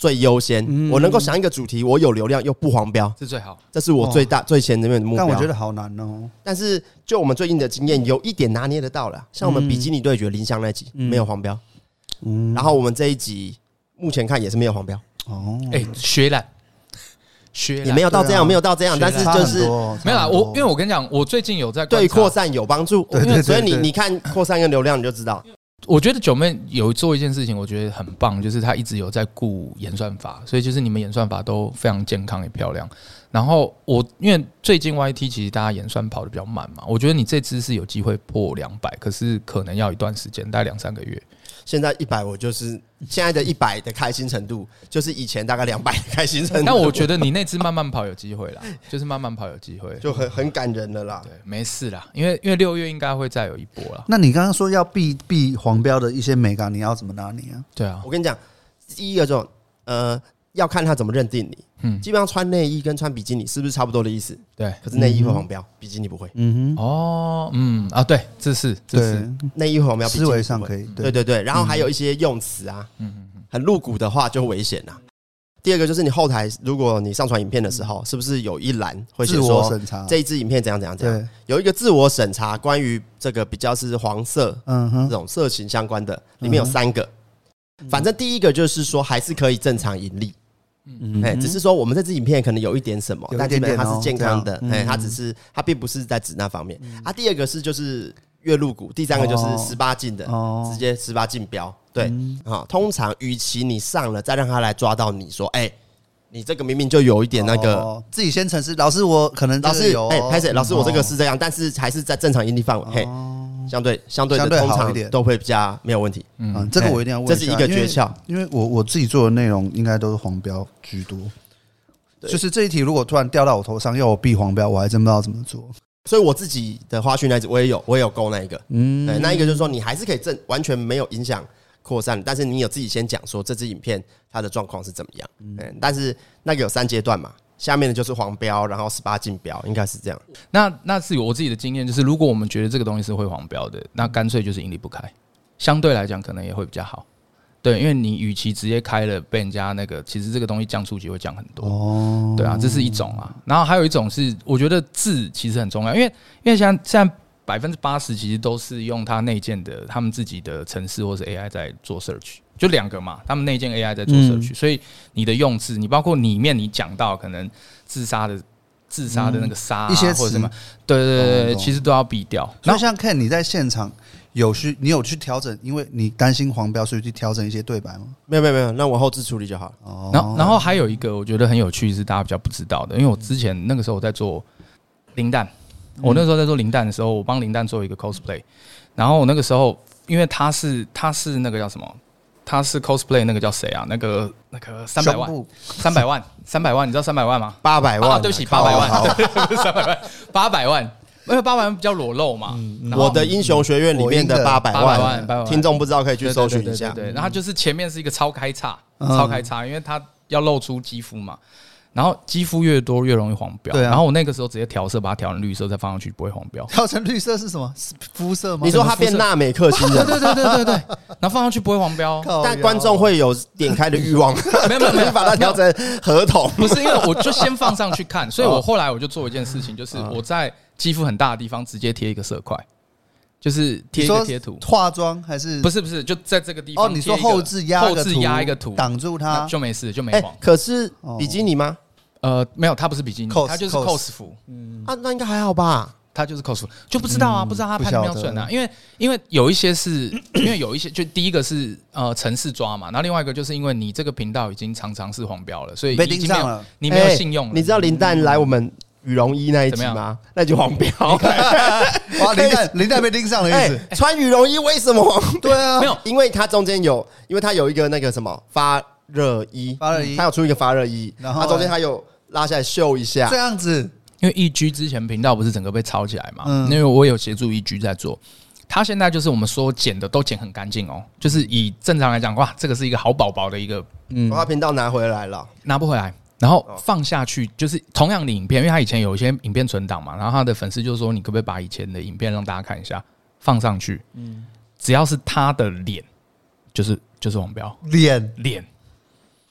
最优先。嗯、我能够想一个主题，我有流量又不黄标， 是最好。 这是我最大、哦、最前面的目标。 但我觉得好难哦。 但是就我们最近的经验，有一点拿捏得到了。像我们比基尼对决林香那集、嗯、没有黄标，嗯，然后我们这一集目前看也是没有黄标。 哦，哎、欸，学懒。 也没有到这样，啊、没有到这样，但是就是没有啦。我因为我跟你讲，我最近有在对扩散有帮助， 对对对对， 所以你你看扩散跟流量你就知道。 我觉得九妹有做一件事情，我觉得很棒，就是她一直有在顾演算法，所以就是你们演算法都非常健康也漂亮。然后我因为最近 Y T 其实大家演算跑得比较慢嘛，我觉得你这支是有机会破两百，可是可能要一段时间，大概两三个月。 现在一百，我就是现在的一百的开心程度，就是以前大概两百的开心程度。 但我觉得你那支慢慢跑有机会啦，就是慢慢跑有机会， 就很很感人了啦。 对，没事啦，因为因为六月应该会再有一波啦。 那你刚刚说要避避黄标的一些美感，你要怎么拿捏啊？ 对啊， 我跟你讲，第一个这种呃，要看他怎么认定你。嗯，基本上穿内衣跟穿比基尼是不是差不多的意思？ 对， 可是内衣会黄标，嗯、比基尼不会。 嗯哼，哦，嗯啊，对，这是这是内衣会黄标， 思维上可以。 对对对，然后还有一些用词啊，嗯嗯，很露骨的话就危险啦。第二个就是你后台，如果你上传影片的时候，是不是有一栏会写说这一支影片怎样怎样怎样？有一个自我审查，关于这个比较是黄色，嗯哼，这种色情相关的，里面有三个。反正第一个就是说还是可以正常盈利。嗯，哎，只是说我们这支影片可能有一点什么，但基本上它是健康的，哎，它只是它并不是在指那方面。啊，第二个是就是越露骨，第三个就是十八禁的，直接十八禁标。对，啊，通常与其你上了再让他来抓到你说，哎，你这个明明就有一点那个， 自己先诚实，老师我可能老师哎，拍谁？老师我这个是这样，但是还是在正常盈利范围，嘿。相对相对的通常都会比较没有问题。 嗯，这个我一定要问一下， 这是一个诀窍， 因为我我自己做的内容应该都是黄标居多。就是这一题如果突然掉到我头上要我避黄标，我还真不知道怎么做。 所以我自己的花絮那一支我也有，我也有勾那一个。嗯，对，那一个就是说你还是可以正完全没有影响扩散，但是你有自己先讲说这支影片它的状况是怎么样。嗯，但是那个有三阶段嘛。下面的就是黄标，然后十八禁标，应该是这样。 那那是我自己的经验，就是如果我们觉得这个东西是会黄标的，那干脆就是盈利不开，相对来讲可能也会比较好。对，因为你与其直接开了被人家那个，其实这个东西降触及会降很多。哦，对啊，这是一种啊。然后还有一种是，我觉得字其实很重要，因为因为现在现在百分之八十其实都是用它内建的他们自己的程式或是 A I 在做 search。就两个嘛，他们内建 A I 在做社区，所以你的用字，你包括里面你讲到可能自杀的自杀的那个杀、啊、一些或者什么，对对对对，其实都要避掉。 那像看你在现场有去，你有去调整，因为你担心黄标，所以去调整一些对白吗？ 没有没有没有，那我后置处理就好了。 哦，然后然后还有一个我觉得很有趣是大家比较不知道的，因为我之前那个时候我在做林蛋，我那个时候在做林蛋的时候，我帮林蛋做一个 cosplay， 然后我那个时候因为他是他是那个叫什么？他是 cosplay 那个叫谁啊？那个那个三百万，三百万，三百万，你知道三百万吗？ 八百万、啊， 对不起，八百万，三百万，八百万，因为八百万比较裸露嘛。 嗯、我的英雄学院里面的八百万，听众不知道可以去搜寻一下。 对，然后就是前面是一个超开叉，超开叉，因为它要露出肌肤嘛。然后肌肤越多越容易黄标，对啊。然后我那个时候直接调色，把它调成绿色，再放上去不会黄标。 调成绿色是什么？肤色吗？ 你说它变纳美克星人？ 对对对对对对。然后放上去不会黄标， 但观众会有点开的欲望。 没有没有没有， 把它调成合同。 不是因为我就先放上去看，所以我后来我就做一件事情，就是我在肌肤很大的地方直接贴一个色块。就是贴一个贴图， 化妆还是不是不是就在这个地方？ 哦，你说后置压后置压一个图挡住它就没事就没黄。 欸、可是比基尼吗？ 呃，没有，它不是比基尼，它就是 cos 服。 嗯啊，那应该还好吧？ 它就是 cos 服，就不知道啊，嗯、不知道它判断标准啊。因为因为有一些是，因为有一些就第一个是呃程式抓嘛，然后另外一个就是因为你这个频道已经常常是黄标了，所以被盯上了， 你没有信用了。 欸、你知道林蛋来我们羽绒衣那一集吗？那就黄标。 哇，林蛋林蛋被盯上了意思。 欸、穿羽绒衣为什么黄？ 对啊， 没有，因为它中间有，因为它有一个那个什么发热衣， 发热衣， 它有出一个发热衣，然后它中间它有。拉下来秀一下， 这样子， 因为 E G 之前频道不是整个被抄起来嘛？嗯，因为我有协助 E G 在做，他现在就是我们说剪的都剪很干净哦，就是以正常来讲，哇，这个是一个好宝宝的一个， 嗯，把频道拿回来了， 拿不回来，然后放下去，就是同样的影片，因为他以前有一些影片存档嘛，然后他的粉丝就说，你可不可以把以前的影片让大家看一下，放上去，嗯，只要是他的脸，就是就是黄标， 脸脸。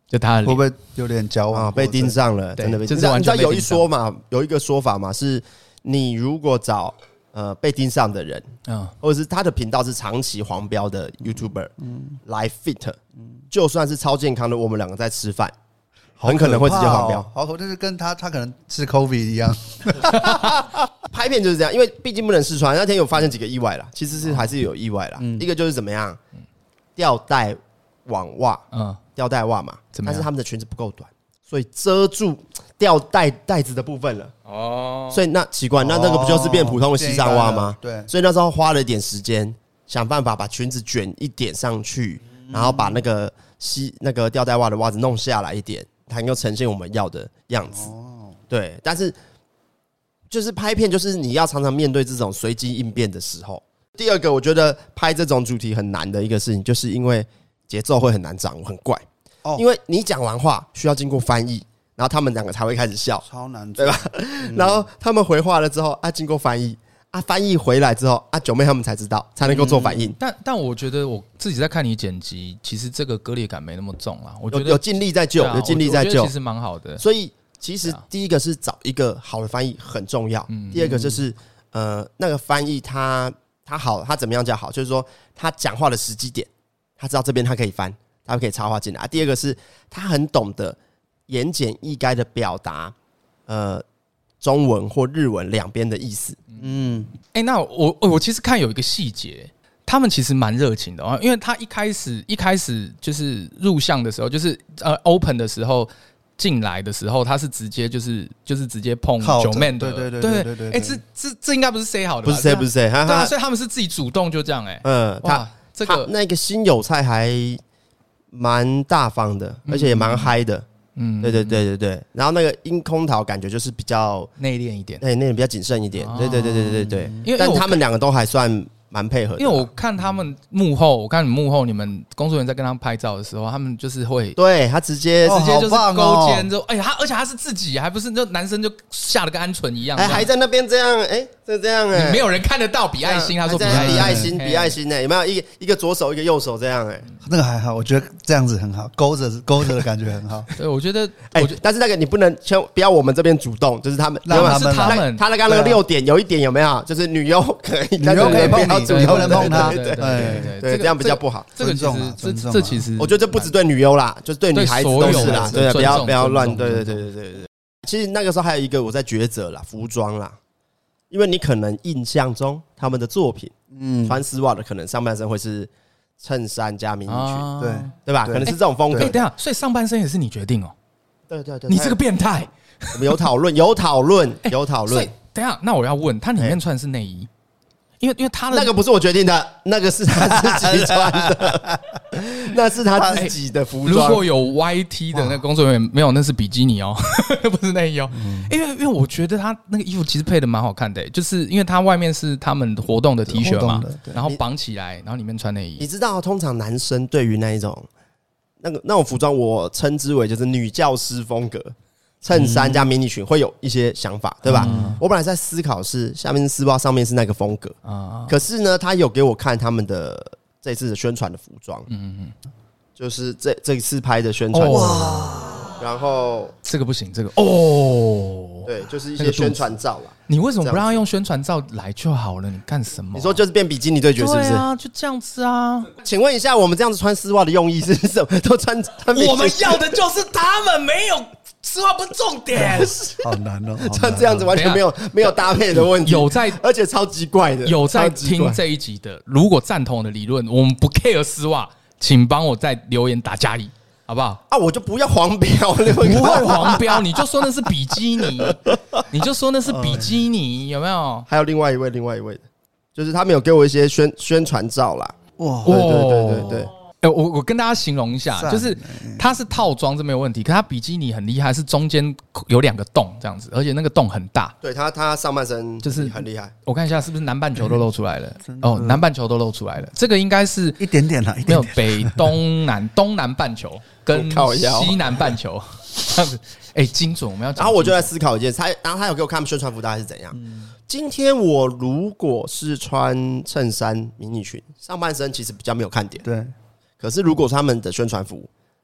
就他的会不会有点矫枉啊，被盯上了，真的被。 就是完全被盯上。 你知道有一说嘛，有一个说法嘛，是你如果找呃被盯上的人，嗯，或者是他的频道是长期黄标的 YouTuber， 嗯，来 fit， 就算是超健康的，我们两个在吃饭，很可能会直接黄标。 好，就是跟他他可能吃 COVID 一样。 拍片就是这样，因为毕竟不能试穿。那天有发现几个意外啦，其实是还是有意外啦。一个就是怎么样，吊带网袜，嗯，吊带袜嘛，但是他们的裙子不够短，所以遮住吊带带子的部分了。哦，所以那奇怪，那那个不就是变普通的西上袜吗？对，所以那时候花了一点时间，想办法把裙子卷一点上去，然后把那个西那个吊带袜的袜子弄下来一点，才能够呈现我们要的样子。哦，对，但是就是拍片，就是你要常常面对这种随机应变的时候。第二个，我觉得拍这种主题很难的一个事情，就是因为节奏会很难掌握，很怪。哦，因为你讲完话需要经过翻译，然后他们两个才会开始笑， 超难， 对吧？嗯、然后他们回话了之后，啊，经过翻译，啊，翻译回来之后，啊，九妹他们才知道，才能够做反应。嗯、 但但我觉得我自己在看你剪辑，其实这个割裂感没那么重啦。我觉得有尽力在救，啊、有尽力在救， 其实蛮好的。 所以其实第一个是找一个好的翻译很重要，嗯、第二个就是呃，那个翻译他他好，他怎么样叫好？就是说他讲话的时机点，他知道这边他可以翻。他可以插话进来、啊。第二个是他很懂得言简意赅的表达，呃，中文或日文两边的意思。 嗯，哎、欸，那我我其实看有一个细节，他们其实蛮热情的啊，因为他一开始一开始就是入相的时候，就是呃 open 的时候进来的时候，他是直接就是就是直接碰九妹的， 对对对对对对。 哎、欸，这这这应该不是 say 好的吧， 不是 say 不是 say， 对啊，所以他们是自己主动就这样哎、欸， 嗯，他这个那个新友菜还蛮大方的，而且也蛮嗨的。嗯，对对对对对。然后那个樱空桃感觉就是比较内敛一点， 对，内敛比较谨慎一点。对对对对对对。因为但他们两个都还算蛮配合的。 因为我看他们幕后，我看你幕后，你们工作人员在跟他们拍照的时候，他们就是会， 对他直接直接就是勾肩，就哎呀，而且他是自己，还不是就男生就吓得跟鹌鹑一样， 哎，还在那边这样，哎，这这样哎， 没有人看得到比爱心，他说比爱心，比爱心呢，有没有一一个左手一个右手这样哎？ 那个还好，我觉得这样子很好，勾着勾着的感觉很好。 对，我觉得， 哎，但是那个你不能千不要我们这边主动，就是他们， 让他们，他们， 他那刚那个六点有一点有没有？就是女优可以， 女优可以碰你， 主动碰他。 对对对对，这样比较不好。 这个其实，这这其实， 我觉得这不只对女优啦，就是对女孩子都是啦。对，不要不要乱。对对对对对对。其实那个时候还有一个我在抉择啦，服装啦，因为你可能印象中他们的作品，嗯，穿丝袜的可能上半身会是衬衫加迷你裙， 对对吧？可能是这种风格。 哎，等一下，所以上半身也是你决定哦？ 对对对， 你这个变态。 我们有讨论，有讨论，有讨论。 等一下，那我要问，他里面穿的是内衣？因为因为他的那个不是我决定的，那个是他自己穿的，那是他自己的服装。 如果有 Y T 的那个工作人员没有，那是比基尼哦，不是内衣哦。嗯、因为因为我觉得他那个衣服其实配的蛮好看的、欸，就是因为他外面是他们活动的 T 恤嘛，然后绑起来，然后里面穿内衣。 你知道，通常男生对于那一种那个那种服装，我称之为就是女教师风格。衬衫加迷你裙会有一些想法，对吧？嗯、我本来在思考是下面是丝袜，上面是那个风格。嗯、可是呢，他有给我看他们的这次的宣传的服装，嗯嗯，就是这这一次拍的宣传。哇！然后这个不行，这个哦， 对，就是一些宣传照啦。 你为什么不让他用宣传照来就好了？你干什么、啊？ 你说就是变比基尼对决是不是？ 对啊，就这样子啊。 请问一下，我们这样子穿丝袜的用意是什么？都穿穿我们要的就是他们没有。丝袜不是重点， 好难哦！ 穿这样子完全没有没有搭配的问题， 有在， 而且超级怪的。 有在听这一集的，如果赞同我的理论，我们不 care 丝袜，请帮我在留言打加一，好不好？ 啊，我就不要黄标，不会黄标，你就说那是比基尼，你就说那是比基尼，有没有？ 还有另外一位，另外一位的，就是他们有给我一些宣宣传照啦。哇，对对对对对。 欸、我我跟大家形容一下，就是它是套装，这没有问题。可它比基尼很厉害，是中间有两个洞这样子，而且那个洞很大。 对它，它上半身就是很厉害。 我看一下是不是南半球都露出来了？哦，南半球都露出来了。这个应该是一点点了， 没有北东南东南半球跟西南半球这样子。哎、欸，精准，我们要讲。 然后我就在思考一件，他然后他有给我看宣传服大概是怎样。嗯、今天我如果是穿衬衫迷你裙，上半身其实比较没有看点。 对。 可是，如果他们的宣传服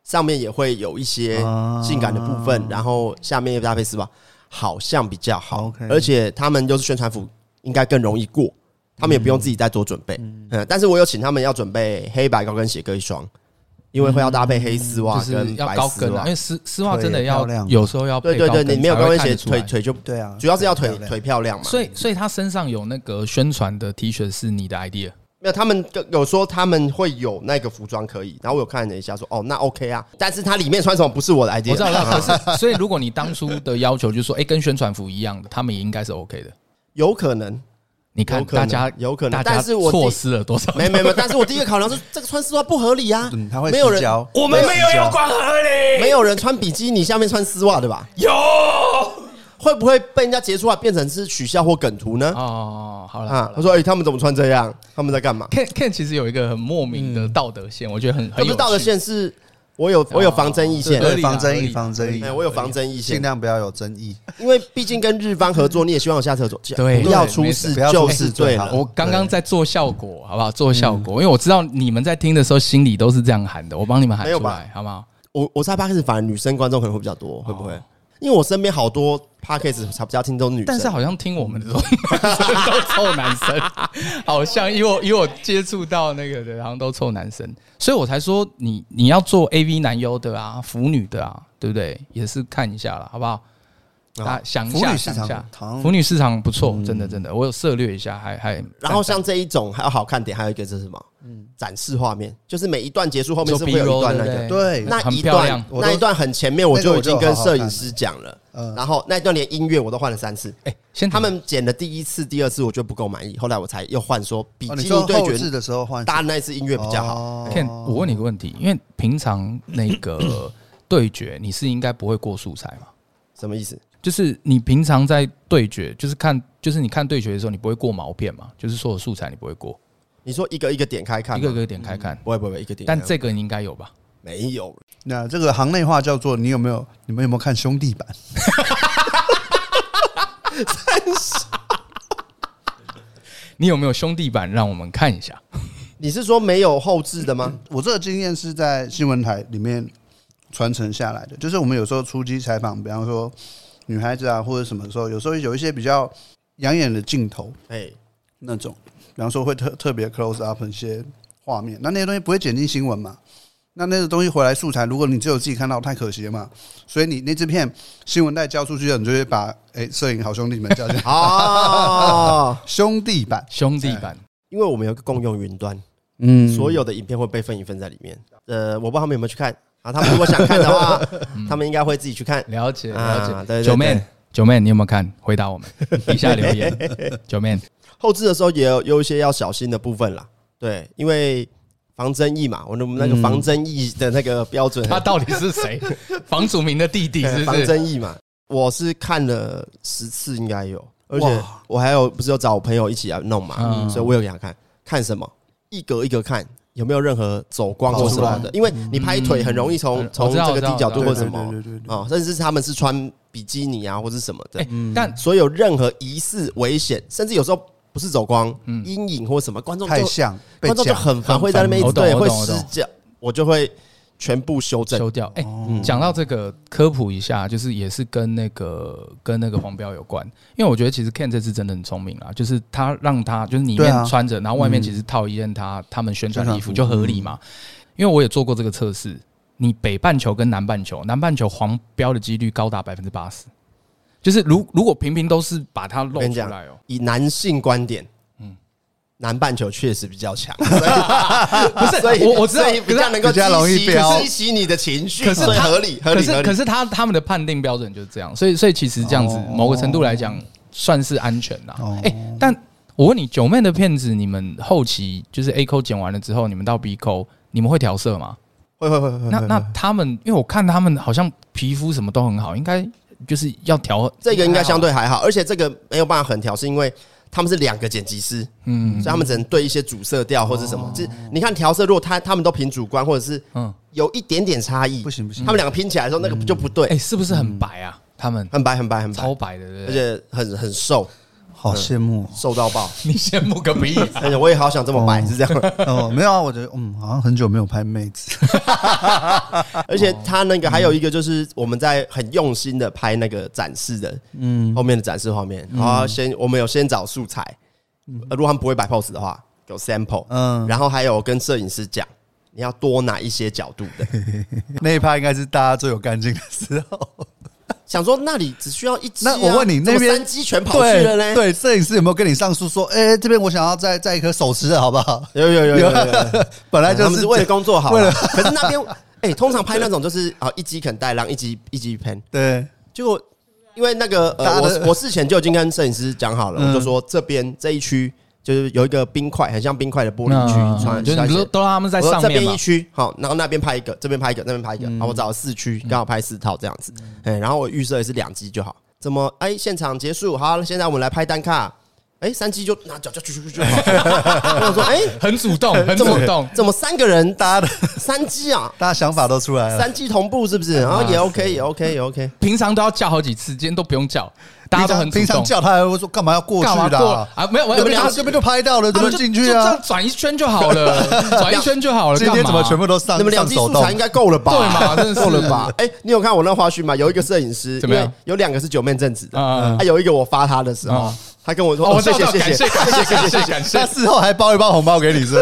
上面也会有一些性感的部分，啊、然后下面又搭配丝袜，好像比较好。Okay. 而且他们就是宣传服，应该更容易过，他们也不用自己再多准备。嗯嗯、但是我有请他们要准备黑白高跟鞋各一双。因为会要搭配黑丝袜跟白丝袜， 因为丝丝袜真的要有时候要配对对对，你没有高跟鞋腿腿就对啊， 主要是要腿腿漂亮嘛。 所以所以他身上有那个宣传的 T 恤是你的 idea？ 没有，他们有说他们会有那个服装可以，然后我有看了一下说哦那 OK 啊，但是他里面穿什么不是我的 idea。 我知道，可是所以如果你当初的要求就是说，哎、欸，跟宣传服一样的，他们也应该是 OK 的， 有可能。 你看，大家有可能， 但是我错失了多少？ 没没没，但是我第一个考量是这个穿丝袜不合理啊， 嗯，他会没有人， 我们没有要管合理， 没有人穿比基尼下面穿丝袜对吧？ 有， 会不会被人家截出来变成是取笑或梗图呢？ 哦，好了， 啊，他说，哎、欸，他们怎么穿这样？他们在干嘛 ？Ken Ken 其实有一个很莫名的道德线，嗯、我觉得很很有趣。 道德线是。我有我有防争议线， 对，防争议，防争议。 我有防争议线， 尽量不要有争议， 因为毕竟跟日方合作，你也希望有下车走， 对， 不要出事就是对了。 我刚刚在做效果，好不好？做效果，因为我知道你们在听的时候心里都是这样喊的，我帮你们喊出来，好不好？ 我我在 Podcast 反而女生观众可能会比较多，会不会？因为我身边好多 Podcast 比较听都是女生， 但是好像听我们的都都臭男生，好像因为我因为我接触到那个的，好像都臭男生，所以我才说你你要做 A V 男优的啊，腐女的啊，对不对？也是看一下了，好不好？大家想一下，想一下，腐女市场不错，真的真的，我有涉略一下，还还。 然后像这一种还有好看点，还有一个是什么？嗯，展示画面，就是每一段结束后面是会有一段那个， 对， 那一段那一段很前面我就已经跟摄影师讲了，然后那一段连音乐我都换了三次，哎，先他们剪的第一次、第二次我就不够满意，后来我才又换说比基尼对决的时候换搭那次音乐比较好。 Ken，我问你个问题，因为平常那个对决你是应该不会过素材嘛？ 什么意思？ 就是你平常在对决，就是看，就是你看对决的时候，你不会过毛片嘛？就是所有素材你不会过。 你说一个一个点开看， 一个一个点开看， 嗯、不会不会一个点。 但这个你应该有吧？ 没有。 那这个行内话叫做你有没有？你们有没有看兄弟版？ 真是。 你有没有兄弟版？让我们看一下。 你是说没有后置的吗？ 我这个经验是在新闻台里面传承下来的，就是我们有时候出击采访，比方说。女孩子啊，或者什么时候，有时候有一些比较养眼的镜头，哎、欸，那种，比方说会特特别 close up 一些画面，那那些东西不会剪进新闻嘛？那那个东西回来素材，如果你只有自己看到，太可惜了嘛。所以你那支片新闻带交出去了，你就会把哎摄、欸、影好兄弟们叫进来哦，兄弟版， 兄弟版， 因为我们有个共用云端，嗯，所有的影片会被分一份在里面。呃，我不知道他们有没有去看。啊，他们如果想看的话，嗯、他们应该会自己去看。 了解，了解。啊、对对对九妹，九妹，你有没有看？回答我们，底下留言。九妹， 后置的时候也有有一些要小心的部分啦。对，因为防争议嘛，我们那个防争议的那个标准， 他到底是谁？房祖名的弟弟是不是？ 防争议嘛，我是看了十次应该有，而且我还有不是有找我朋友一起来弄嘛，嗯、所以我有给他看看什么，一格一格看。有没有任何走光或什么的？因为你拍腿很容易从从这个低角度或什么啊，甚至是他们是穿比基尼啊或是什么的，但所有任何疑似危险，甚至有时候不是走光阴影或什么，观众太像， 观众就很烦，会在那边一直对会失焦，我就会全部修正修掉。哎，讲到这个科普一下，就是也是跟那个跟那个黄标有关，因为我觉得其实 Ken 这次真的很聪明啦，就是他让他就是里面穿着，然后外面其实套一件他他们宣传的衣服就合理嘛。因为我也做过这个测试，你北半球跟南半球，南半球黄标的几率高达百分之八十，就是如如果平平都是把它露出来哦， 以男性观点。南半球确实比较强，不是？所以我我知道比较能够激起激起你的情绪，可是合理合理。 可是可是他他们的判定标准就是这样，所以所以其实这样子某个程度来讲算是安全啦。哎、欸，但我问你，九妹的片子，你们后期就是 A 扣剪完了之后，你们到 B 扣，你们会调色吗？ 会会会会。 那那他们，因为我看他们好像皮肤什么都很好，应该就是要调。 这个应该相对还好，而且这个没有办法横调，是因为。他们是两个剪辑师，嗯，所以他们只能对一些主色调或是什么。就是你看调色，如果他他们都凭主观，或者是有一点点差异， 不行不行， 他们两个拼起来的时候，那个就不对。 哎，是不是很白啊？他们很白很白很白， 超白的， 而且很很瘦。 好羡慕、哦， 瘦到爆。 你羡慕个屁、啊！ 而且我也好想这么白，哦、是这样。 哦，没有啊，我觉得嗯，好像很久没有拍妹子。 而且他那个还有一个就是我们在很用心的拍那个展示的，嗯，后面的展示画面，然后先我们有先找素材，嗯、如果他们不会摆 pose 的话，有 sample， 嗯，然后还有跟摄影师讲。你要多拿一些角度的， 那一趴应该是大家最有干劲的时候。 想说那里只需要一机、啊， 那我问你，那边三机全跑去了呢？ 对，摄影师有没有跟你上诉说，哎、欸，这边我想要再再一颗手持的好不好？ 有有有有 有, 有, 有， 本来就是、 他们是为了工作好，为了，可是那边哎、欸，通常拍那种就是啊，一机肯带浪，一机一机喷， 对， 结果因为那个呃，我我事前就已经跟摄影师讲好了，嗯、我就说这边这一区。就是有一个冰块，很像冰块的玻璃区，穿就是你都让他们在上面嘛。 这边一区好，然后那边拍一个，这边拍一个，那边拍一个，然后我找了四区，刚好拍四套这样子。哎，然后我预设也是两机就好。怎么？哎，现场结束，好，现在我们来拍单卡。哎，三机就拿脚就去去去。我说，哎， 很主动，很主动。 怎么三个人搭的三机啊？ 大家想法都出来了， 三机同步是不是？然后也 OK， 也 OK， 也 OK。 平常都要叫好几次，今天都不用叫。大家都很平常叫他还会说干嘛要过去的 啊, 啊？没有，我们俩这边就拍到了，怎么进去啊？ 就这样转一圈就好了，转一圈就好了。 今天怎么全部都上？ 你们两机素材应该够了吧？ 对嘛，真的够了吧？哎，你有看我那花絮吗？有一个摄影师， 怎么样？ 有两个是九面正直的，啊，有一个我发他的时候，他跟我说：“哦，谢谢，谢谢， 感谢，感谢，感谢。” 他事后还包一包红包给你，是？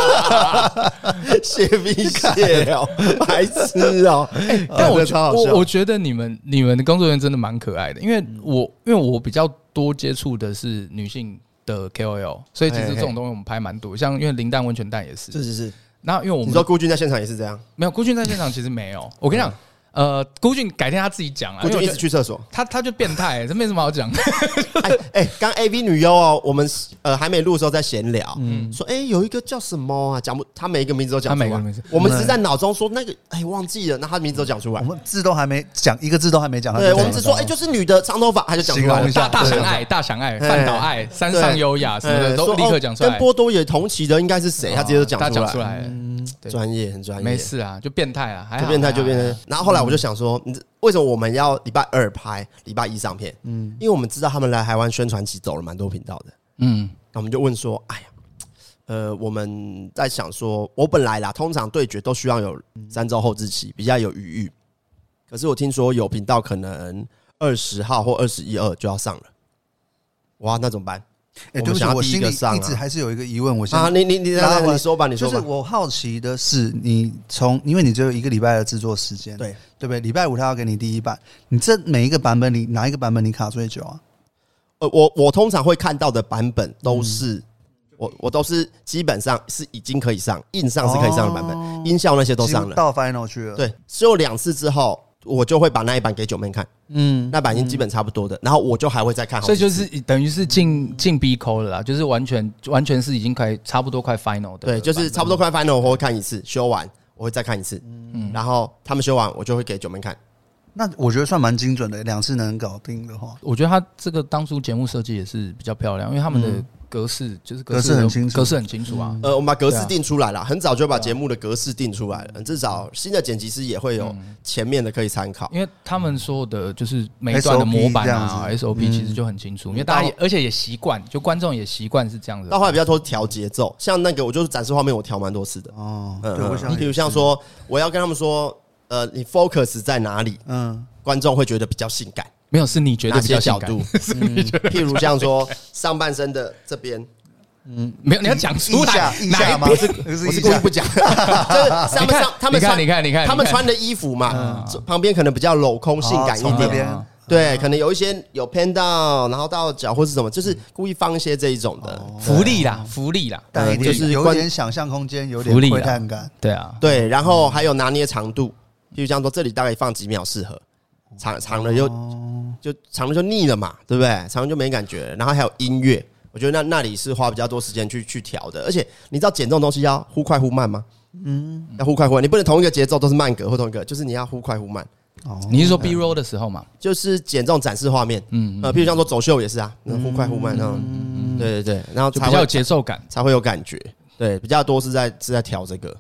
谢必谢哦，白痴哦！ 但我我我觉得你们你们的工作人员真的蛮可爱的，因为我因为我比较多接触的是女性的 K O L， 所以其实这种东西我们拍蛮多，像因为林蛋温泉蛋也是， 是是是。 然后因为我们你说孤军在现场也是这样， 没有孤军在现场其实没有，我跟你讲。呃，孤俊改天他自己讲啊， 孤俊一直去厕所， 他他就变态，这没什么好讲。 哎哎，刚 A V 女优哦，我们呃还没录的时候在闲聊，嗯，说哎有一个叫什么啊，讲不，他每一个名字都讲出来，我们只是在脑中说那个哎忘记了，那他名字都讲出来， 我们字都还没讲，一个字都还没讲， 对，我们只说哎就是女的长头发，他就讲出来了， 大大想爱，大想爱，饭岛爱，山上优雅什么的都立刻讲出来。 跟波多野同期的应该是谁？他直接就讲出来， 讲出来， 专业很专业， 没事啊，就变态啊， 就变态就变态。然后后来我就想说，你。为什么我们要礼拜二拍，礼拜一上片？嗯，因为我们知道他们来台湾宣传期走了蛮多频道的，嗯，那我们就问说，哎呀，呃，我们在想说，我本来啦，通常对决都需要有三周后置期，比较有余裕。可是我听说有频道可能二十号或二十一二就要上了，哇，那怎么办？ 哎、欸，对不起，我心里一直还是有一个疑问。我先啊，你你你你说吧，你说吧。 就是我好奇的是，你从因为你只有一个礼拜的制作时间， 对对不对？礼拜五他要给你第一版，你这每一个版本里哪一个版本你卡最久啊？ 呃，我我通常会看到的版本都是、嗯、我我都是基本上是已经可以上，硬上是可以上的版本，哦、音效那些都上了， 到 final 去了。 对，只有两次之后。我就会把那一版给九妹看，嗯，那版已经基本差不多的，然后我就还会再看好几次， 所以就是等于是进进 B 抠了啦，就是完全完全是已经快差不多快 final 的， 对，就是差不多快 final， 我会看一次，修完我会再看一次，嗯，然后他们修完我就会给九妹看。 那我觉得算蛮精准的，两次能搞定的话， 我觉得他这个当初节目设计也是比较漂亮，因为他们的格式就是格式很清楚， 格式很清楚啊。 呃，我们把格式定出来了，很早就把节目的格式定出来了，至少新的剪辑师也会有前面的可以参考， 因为他们说的就是每一段的模板啊 S O P 其实就很清楚，因为大家也而且也习惯，就观众也习惯是这样子。 到后来比较多调节奏，像那个我就是展示画面我调蛮多次的哦，对，我想，你比如像说我要跟他们说，呃，你 focus 在哪里，嗯。观众会觉得比较性感， 没有是你觉得比较性感， 哪些角度？嗯、譬如像说上半身的这边， 嗯，没有，你要讲出来哪一边？ 我是故意不讲，就是上面上他们穿， 你看你看他们穿的衣服嘛，嗯、旁边可能比较镂空性感一点，哦、对，可能有一些有偏到，然后到脚或是什么，就是故意放一些这一种的福利啦，福利啦， 但就是有点想象空间，有点窥探感， 对啊， 对，然后还有拿捏长度，譬如像说这里大概放几秒适合。长长了就就长了就腻了嘛，对不对？长了就没感觉了。然后还有音乐，我觉得那那里是花比较多时间去去调的。而且你知道剪这种东西要忽快忽慢吗？嗯，要忽快忽慢，你不能同一个节奏都是慢格或同一个，就是你要忽快忽慢。 哦，你是说 B roll 的时候嘛？ 就是剪这种展示画面，嗯呃，譬如像说走秀也是啊，那忽快忽慢那种，对对对，然后就比较有节奏感， 才会有感觉。对，比较多是在是在调这个。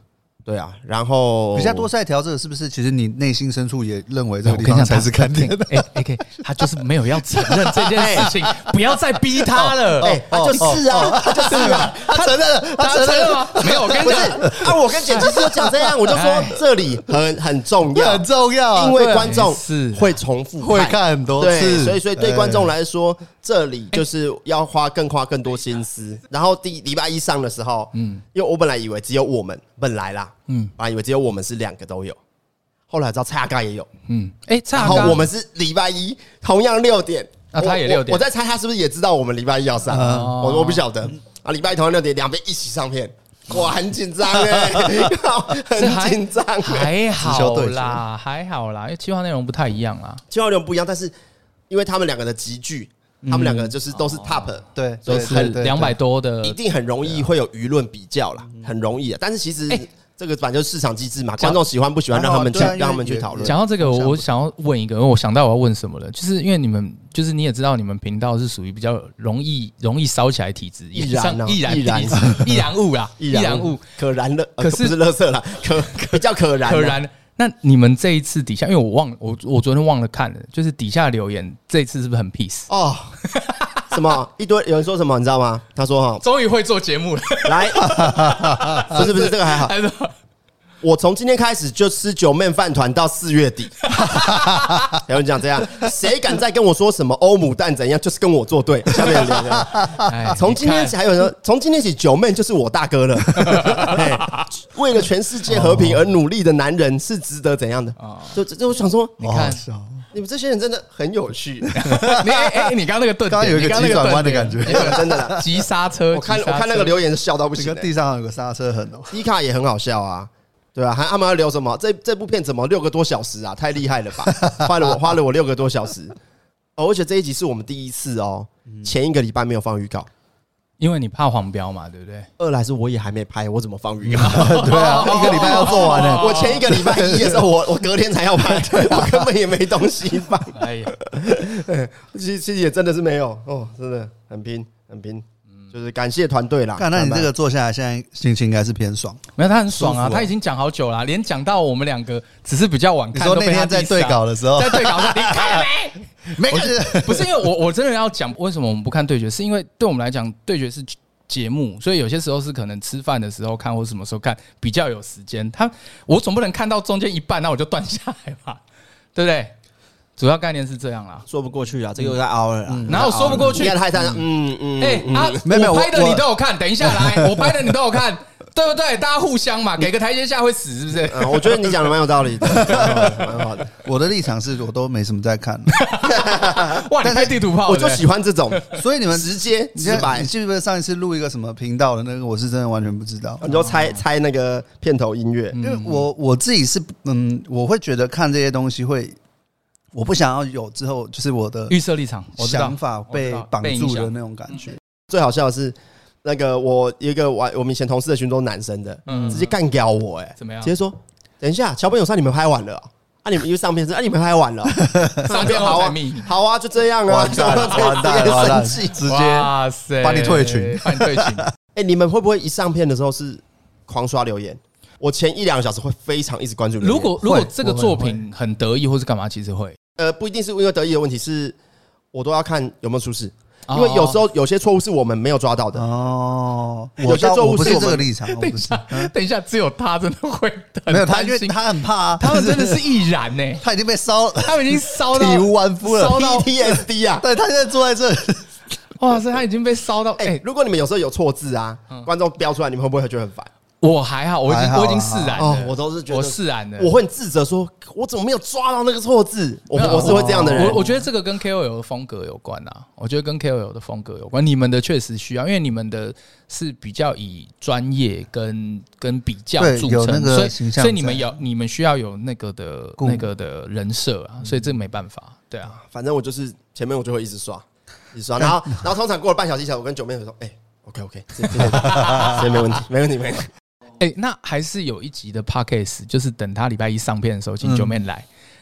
对啊，然后比较多赛调这个是不是？其实你内心深处也认为这个地方才是看点。 哎 ，A K， 他就是没有要承认这件事情，不要再逼他了。 哎，他就是啊，他就是啊，他承认了， 他承认了吗？没有，我跟你讲， 啊，我跟剪辑师讲这样，我就说这里很很重要， 很重要， 因为观众是会重复会看很多次， 所以所以对观众来说，这里就是要花更花更多心思。然后第礼拜一上的时候，嗯，因为我本来以为只有我们，本来啦，嗯，本来以为只有我们是两个都有，后来知道蔡阿嘎也有，嗯， 哎， 然后我们是礼拜一同样六点， 那他也六点， 我在猜他是不是也知道我们礼拜一要上，我我不晓得啊，礼拜一同样六点，两边一起上片。哇，很紧张哎，很紧张， 还好啦，还好啦，因为企划内容不太一样啦， 企划内容不一样，但是因为他们两个的集聚，他们两个就是都是 top， 对， 都是两百多的， 一定很容易会有舆论比较啦，很容易啊。但是其实这个反正就是市场机制嘛，观众喜欢不喜欢，让他们去让他们去讨论。 讲到这个，我想要问一个，我想到我要问什么了，就是因为你们，就是你也知道，你们频道是属于比较容易容易烧起来体质， 易燃易燃易燃易燃物啦，易燃物可燃的， 可是不是垃圾啦，可比较可燃可燃。那你们这一次底下，因为我忘我我昨天忘了看了，就是底下留言，这一次是不是很 peace 哦？什么一堆有人说什么你知道吗？他说哈， 终于会做节目了， 来，不是不是这个还好。我从今天开始就吃九妹饭团到四月底。有人讲这样，谁敢再跟我说什么欧姆蛋怎样，就是跟我作对。下面留言，从今天起还有人，从今天起九妹就是我大哥了。为了全世界和平而努力的男人是值得怎样的？就就我想说， 你看。 你们这些人真的很有趣。 你哎哎，你刚刚那个顿， 刚刚有一个急转弯的感觉， 真的啦， 急刹车。 我看我看那个留言是笑到不行， 地上有个刹车痕哦。 迪卡也很好笑啊，对啊，还他们要留什么？这这部片怎么六个多小时啊？太厉害了吧！花了我花了我六个多小时。哦，而且这一集是我们第一次哦，前一个礼拜没有放预告。 因为你怕黄标嘛，对不对？ 二来是我也还没拍，我怎么放预告？ 对啊，一个礼拜要做完了。 我前一个礼拜一的时候，我我隔天才要拍，我根本也没东西放。哎呀，其实其实也真的是没有哦，真的很拼很拼，就是感谢团队啦。 那你这个做下来，现在心情应该是偏爽。 没有，他很爽啊，他已经讲好久了，连讲到我们两个只是比较晚看。 你说那天在对稿的时候， 在对稿的时候，你看了没？ 没看， 不是因为我我真的要讲为什么我们不看对决，是因为对我们来讲，对决是节目，所以有些时候是可能吃饭的时候看，或者什么时候看比较有时间。他我总不能看到中间一半，那我就断下来嘛，对不对？主要概念是这样啦， 说不过去啊，这个又在凹了啦， 然后说不过去， 你看太太，嗯嗯， 哎啊，我拍的你都有看，等一下来，我拍的你都有看。对不对？大家互相嘛，给个台阶下会死，是不是？ 嗯、我觉得你讲的蛮有道理的，蛮好的。 我的立场是我都没什么在看。 哇，你开地图炮， 我就喜欢这种， 所以你们直接直白。 你记不记得上一次录一个什么频道的那个？我是真的完全不知道。 你就猜猜那个片头音乐， 因为我我自己是嗯，我会觉得看这些东西会，我不想要有之后就是我的预设立场、 想法被绑住的那种感觉。 最好笑的是。那个我一个我我们以前同事的群都是男生的，嗯、直接干掉我哎、欸， 怎么样？ 直接说，等一下，桥本友善你们拍完了、喔，啊你们因为上片是啊你们拍完了、喔， 上片好啊， 好啊，就这样啊， 完蛋了，完蛋了，生气，直接哇塞，把你退群， 把你退群。 哎、欸，你们会不会一上片的时候是狂刷留言？我前一两个小时会非常一直关注留言。 如果如果这个作品很得意或是干嘛，其实会， 呃，不一定是因为得意的问题，是我都要看有没有出事。因为有时候有些错误是我们没有抓到的哦，有些错误不是这个立场。 等一下，等一下，只有他真的会没有他，因为他很怕啊， 他们真的是易燃呢， 他已经被烧， 他们已经烧到体无完肤了， 烧到 P T S D 啊！ 对，他现在坐在这里， 哇塞，他已经被烧到。 哎，如果你们有时候有错字啊，观众标出来，你们会不会觉得很烦？ 我还好，我已经我已经释然了、哦， 我都是觉得我释然了， 我会很自责说，我怎么没有抓到那个错字？我我是会这样的人。 我我觉得这个跟 K O L 的风格有关啊，我觉得跟 K O L 的风格有关。你们的确实需要，因为你们的是比较以专业跟跟比较著称，所以所以你们有你们需要有那个的那个的人设啊，所以这没办法，对啊。 反正我就是前面我就会一直刷，一直刷，然后然后通常过了半小时一小时，我跟九妹说，哎 ，OK OK， 这这没问题，没问题，没问题。 哎、欸，那还是有一集的 podcast， 就是等他礼拜一上片的时候，请九妹来。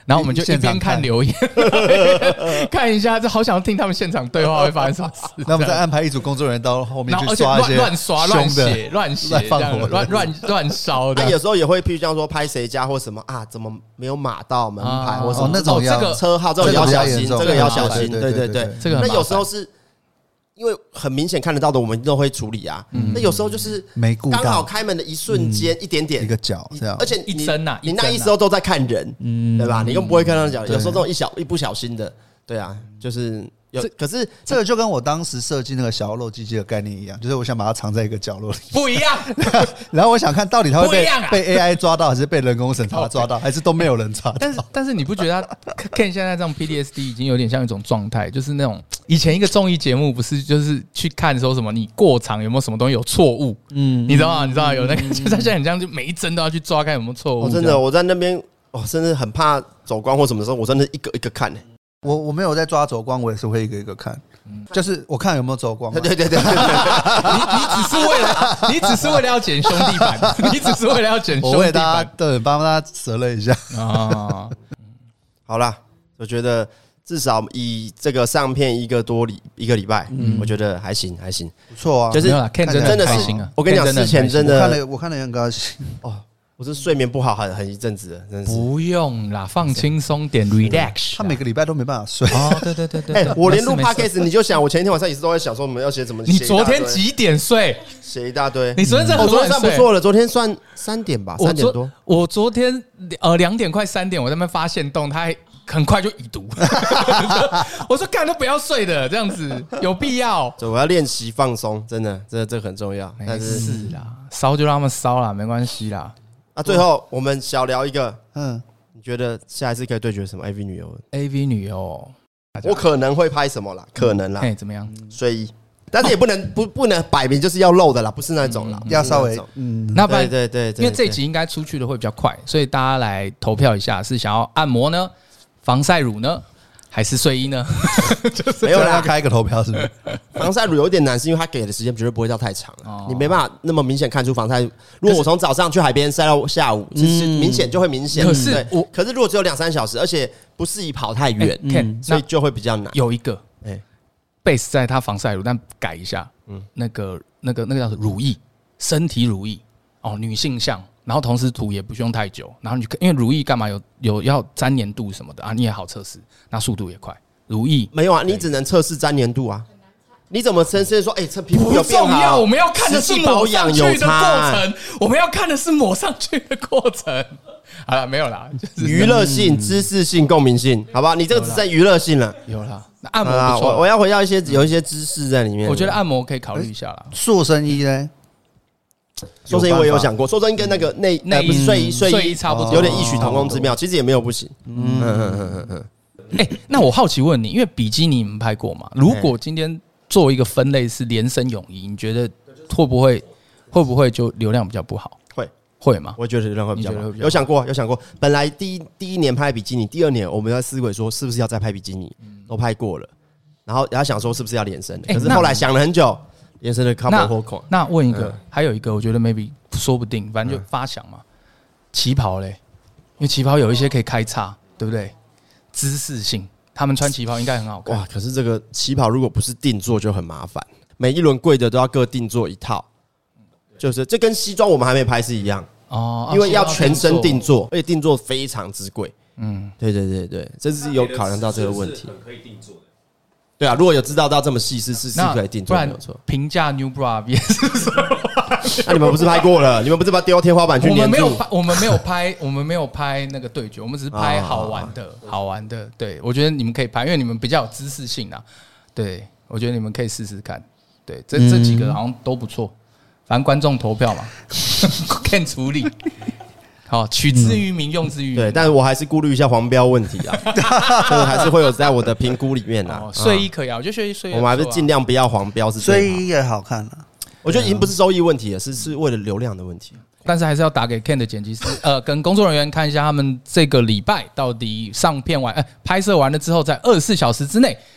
然后我们就一边看留言，看一下，就好想要听他们现场对话会发生什么事。 那我们再安排一组工作人员到后面去而且刷一些乱刷、乱写、乱写、 乱放火、 乱乱乱烧的。 他有时候也会，譬如像说拍谁家或什么啊，怎么没有码到门牌或什么那种这个车号，这个也要小心，这个也要小心。对对对， 这个那有时候是。因为很明显看得到的，我们都会处理啊。那有时候就是没顾到， 刚好开门的一瞬间，一点点一个角这样， 而且一帧呐， 你那一时候都在看人，对吧？你更不会看到角。有时候这种一小一不小心的，对啊，就是有。可是这个就跟我当时设计那个小漏机器的概念一样，就是我想把它藏在一个角落里， 不一样。 然后我想看到底它会被啊、 被 A I 抓到，还是被人工审查抓到，还是都没有人抓到。 但是但是你不觉得 Ken 现在这种 P T S D 已经有点像一种状态，就是那种以前一个综艺节目不是就是去看说什么你过场有没有什么东西有错误，嗯，你知道吗？你知道有那个，就是他现在很像就每一帧都要去抓看有没有错误。 我真的我在那边，我真的很怕走光或什么的时候，我真的一个一个看、欸。 我我没有在抓走光，我也是会一个一个看，就是我看有没有走光、啊。 对对对对对， 你你只是为了你只是为了要捡兄弟版，你只是为了要捡兄弟版， 对，帮大家折了一下啊。 好啦，我觉得至少以这个上片一个多礼一个礼拜，嗯，我觉得还行还行， 不错啊。 就是真的是， 我跟你讲，之前真的我看了，我看了也很高兴哦。我是睡眠不好很很一阵子了，真的是不用啦，放轻松点 ，relax。 他每个礼拜都没办法睡哦，对对对对。 哎，我连录 podcast 你就想，我前一天晚上也是都在想说我们要写怎么。 你昨天几点睡？ 写一大堆。 你昨天真的很晚睡，算不错了。昨天算三点吧，三点多。 我昨天呃两点快三点，我在那边发现动，他还很快就已读。我说干都不要睡的，这样子有必要？ 我要练习放松，真的，这这很重要。 但是是啦，烧就让他们烧啦，没关系啦。 那、啊、最后我们小聊一个，嗯，你觉得下一次可以对决什么 A V 女优 ？A V 女优， 我可能会拍什么啦？可能啦， 哎，怎么样？ 睡衣，但是也不能不不能摆明就是要露的啦，不是那种啦， 嗯、要稍微嗯，那不然对对对， 因为这一集应该出去的会比较快，所以大家来投票一下，是想要按摩呢、防晒乳呢？还是睡衣呢？ 就是没有啦，开一个投票是不是？ 防晒乳有点难，是因为它给的时间绝对不会到太长、哦、你没办法那么明显看出防晒。如果我从早上去海边晒到下午，其实明显就会明显。 可是我，可是如果只有两三小时，而且不适宜跑太远、欸嗯，所以就会比较难。 有一个，哎、欸、，base 在它防晒乳，但改一下，嗯，那个那个那个叫什么乳液，身体乳液哦，女性向。然后同时涂也不用太久，然后你因为乳液干嘛有有要粘黏度什么的啊，你也好测试，那速度也快。乳液没有啊，你只能测试粘黏度啊。你怎么测试说，哎、欸，这皮肤有变好？ 不重要，我们要看的是抹上去的过程，我们要看的是抹上去的过程。好了，没有啦， 娱乐性、知识性、共鸣性，好不好？你这个只剩娱乐性了。 有啦，那按摩不错， 我我要回到一些有一些知识在里面。 我觉得按摩可以考虑一下啦。 塑身衣呢？ 塑身衣我也有想过，塑身衣跟那个内内不是睡衣睡衣差不多， 有点异曲同工之妙，其实也没有不行。嗯嗯嗯嗯嗯。 哎，那我好奇问你，因为比基尼你们拍过嘛？如果今天做一个分类是连身泳衣，你觉得会不会会不会就流量比较不好？ 会会吗？ 我觉得流量会比较好。有想过有想过，本来第一第一年拍比基尼，第二年我们在思维说是不是要再拍比基尼，都拍过了，然后然后想说是不是要连身，可是后来想了很久。延伸的 couple 或款， 那问一个、嗯，还有一个，我觉得 maybe 说不定，反正就发想嘛。旗袍嘞，因为旗袍有一些可以开叉，对不对？姿势性，他们穿旗袍应该很好看。 哇，可是这个旗袍如果不是定做就很麻烦，每一轮贵的都要各定做一套，就是这跟西装我们还没拍是一样哦，因为要全身定做，而且定做非常之贵。嗯，对对对对，这是有考量到这个问题。 可以定做的。 对啊，如果有知道到这么细，是是是可以定做，没有错。 评价 New Bra 也是什么？ 那你们不是拍过了？你们不是把它丢到天花板去粘住？ 我们没有拍，我们没有拍，我们没有拍那个对决，我们只是拍好玩的，好玩的。对，我觉得你们可以拍，因为你们比较有知识性啊。对，我觉得你们可以试试看。对，这这几个好像都不错，反正观众投票嘛，看处理。好，取之于民，用之于民。 对，但是我还是顾虑一下黄标问题啊，这个还是会有在我的评估里面啊。 睡衣可以啊，我觉得睡衣睡衣， 我们还是尽量不要黄标，是睡衣也好看啊。 我觉得已经不是收益问题了，是是为了流量的问题。 但是还是要打给 Ken 的剪辑师，呃，跟工作人员看一下他们这个礼拜到底上片完，呃，拍摄完了之后，在二十四小时之内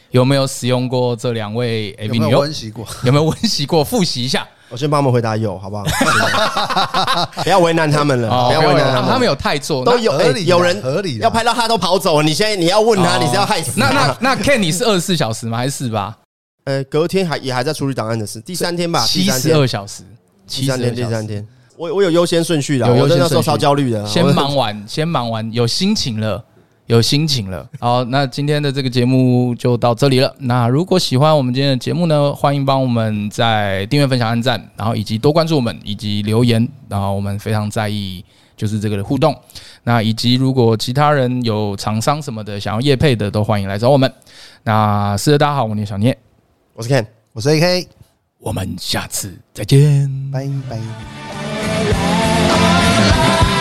有没有使用过这两位 A V 女优？ 有没有温习过？ 有没有温习过？复习一下。 我先帮他们回答有，好不好？不要为难他们了， 哦不要为难他们。 他们有太做， 都有， 合理有人合理要拍到他都跑走了，你现在你要问他，你是要害死他？那那那 Ken 你是二十四小时吗？还是四八？ 呃，隔天还也还在处理档案的事，第三天吧， 七十二小时， 第三天，第三天，我我有优先顺序的，我那时候超焦虑的， 先忙完，先忙完，有心情了。有心情了，好，那今天的这个节目就到这里了。那如果喜欢我们今天的节目呢，欢迎帮我们在订阅、分享、按赞，然后以及多关注我们，以及留言，然后我们非常在意就是这个的互动。那以及如果其他人有厂商什么的想要业配的，都欢迎来找我们。那是的，大家好，我是小聂， 我是 Ken， 我是 A K， 我们下次再见， 拜拜。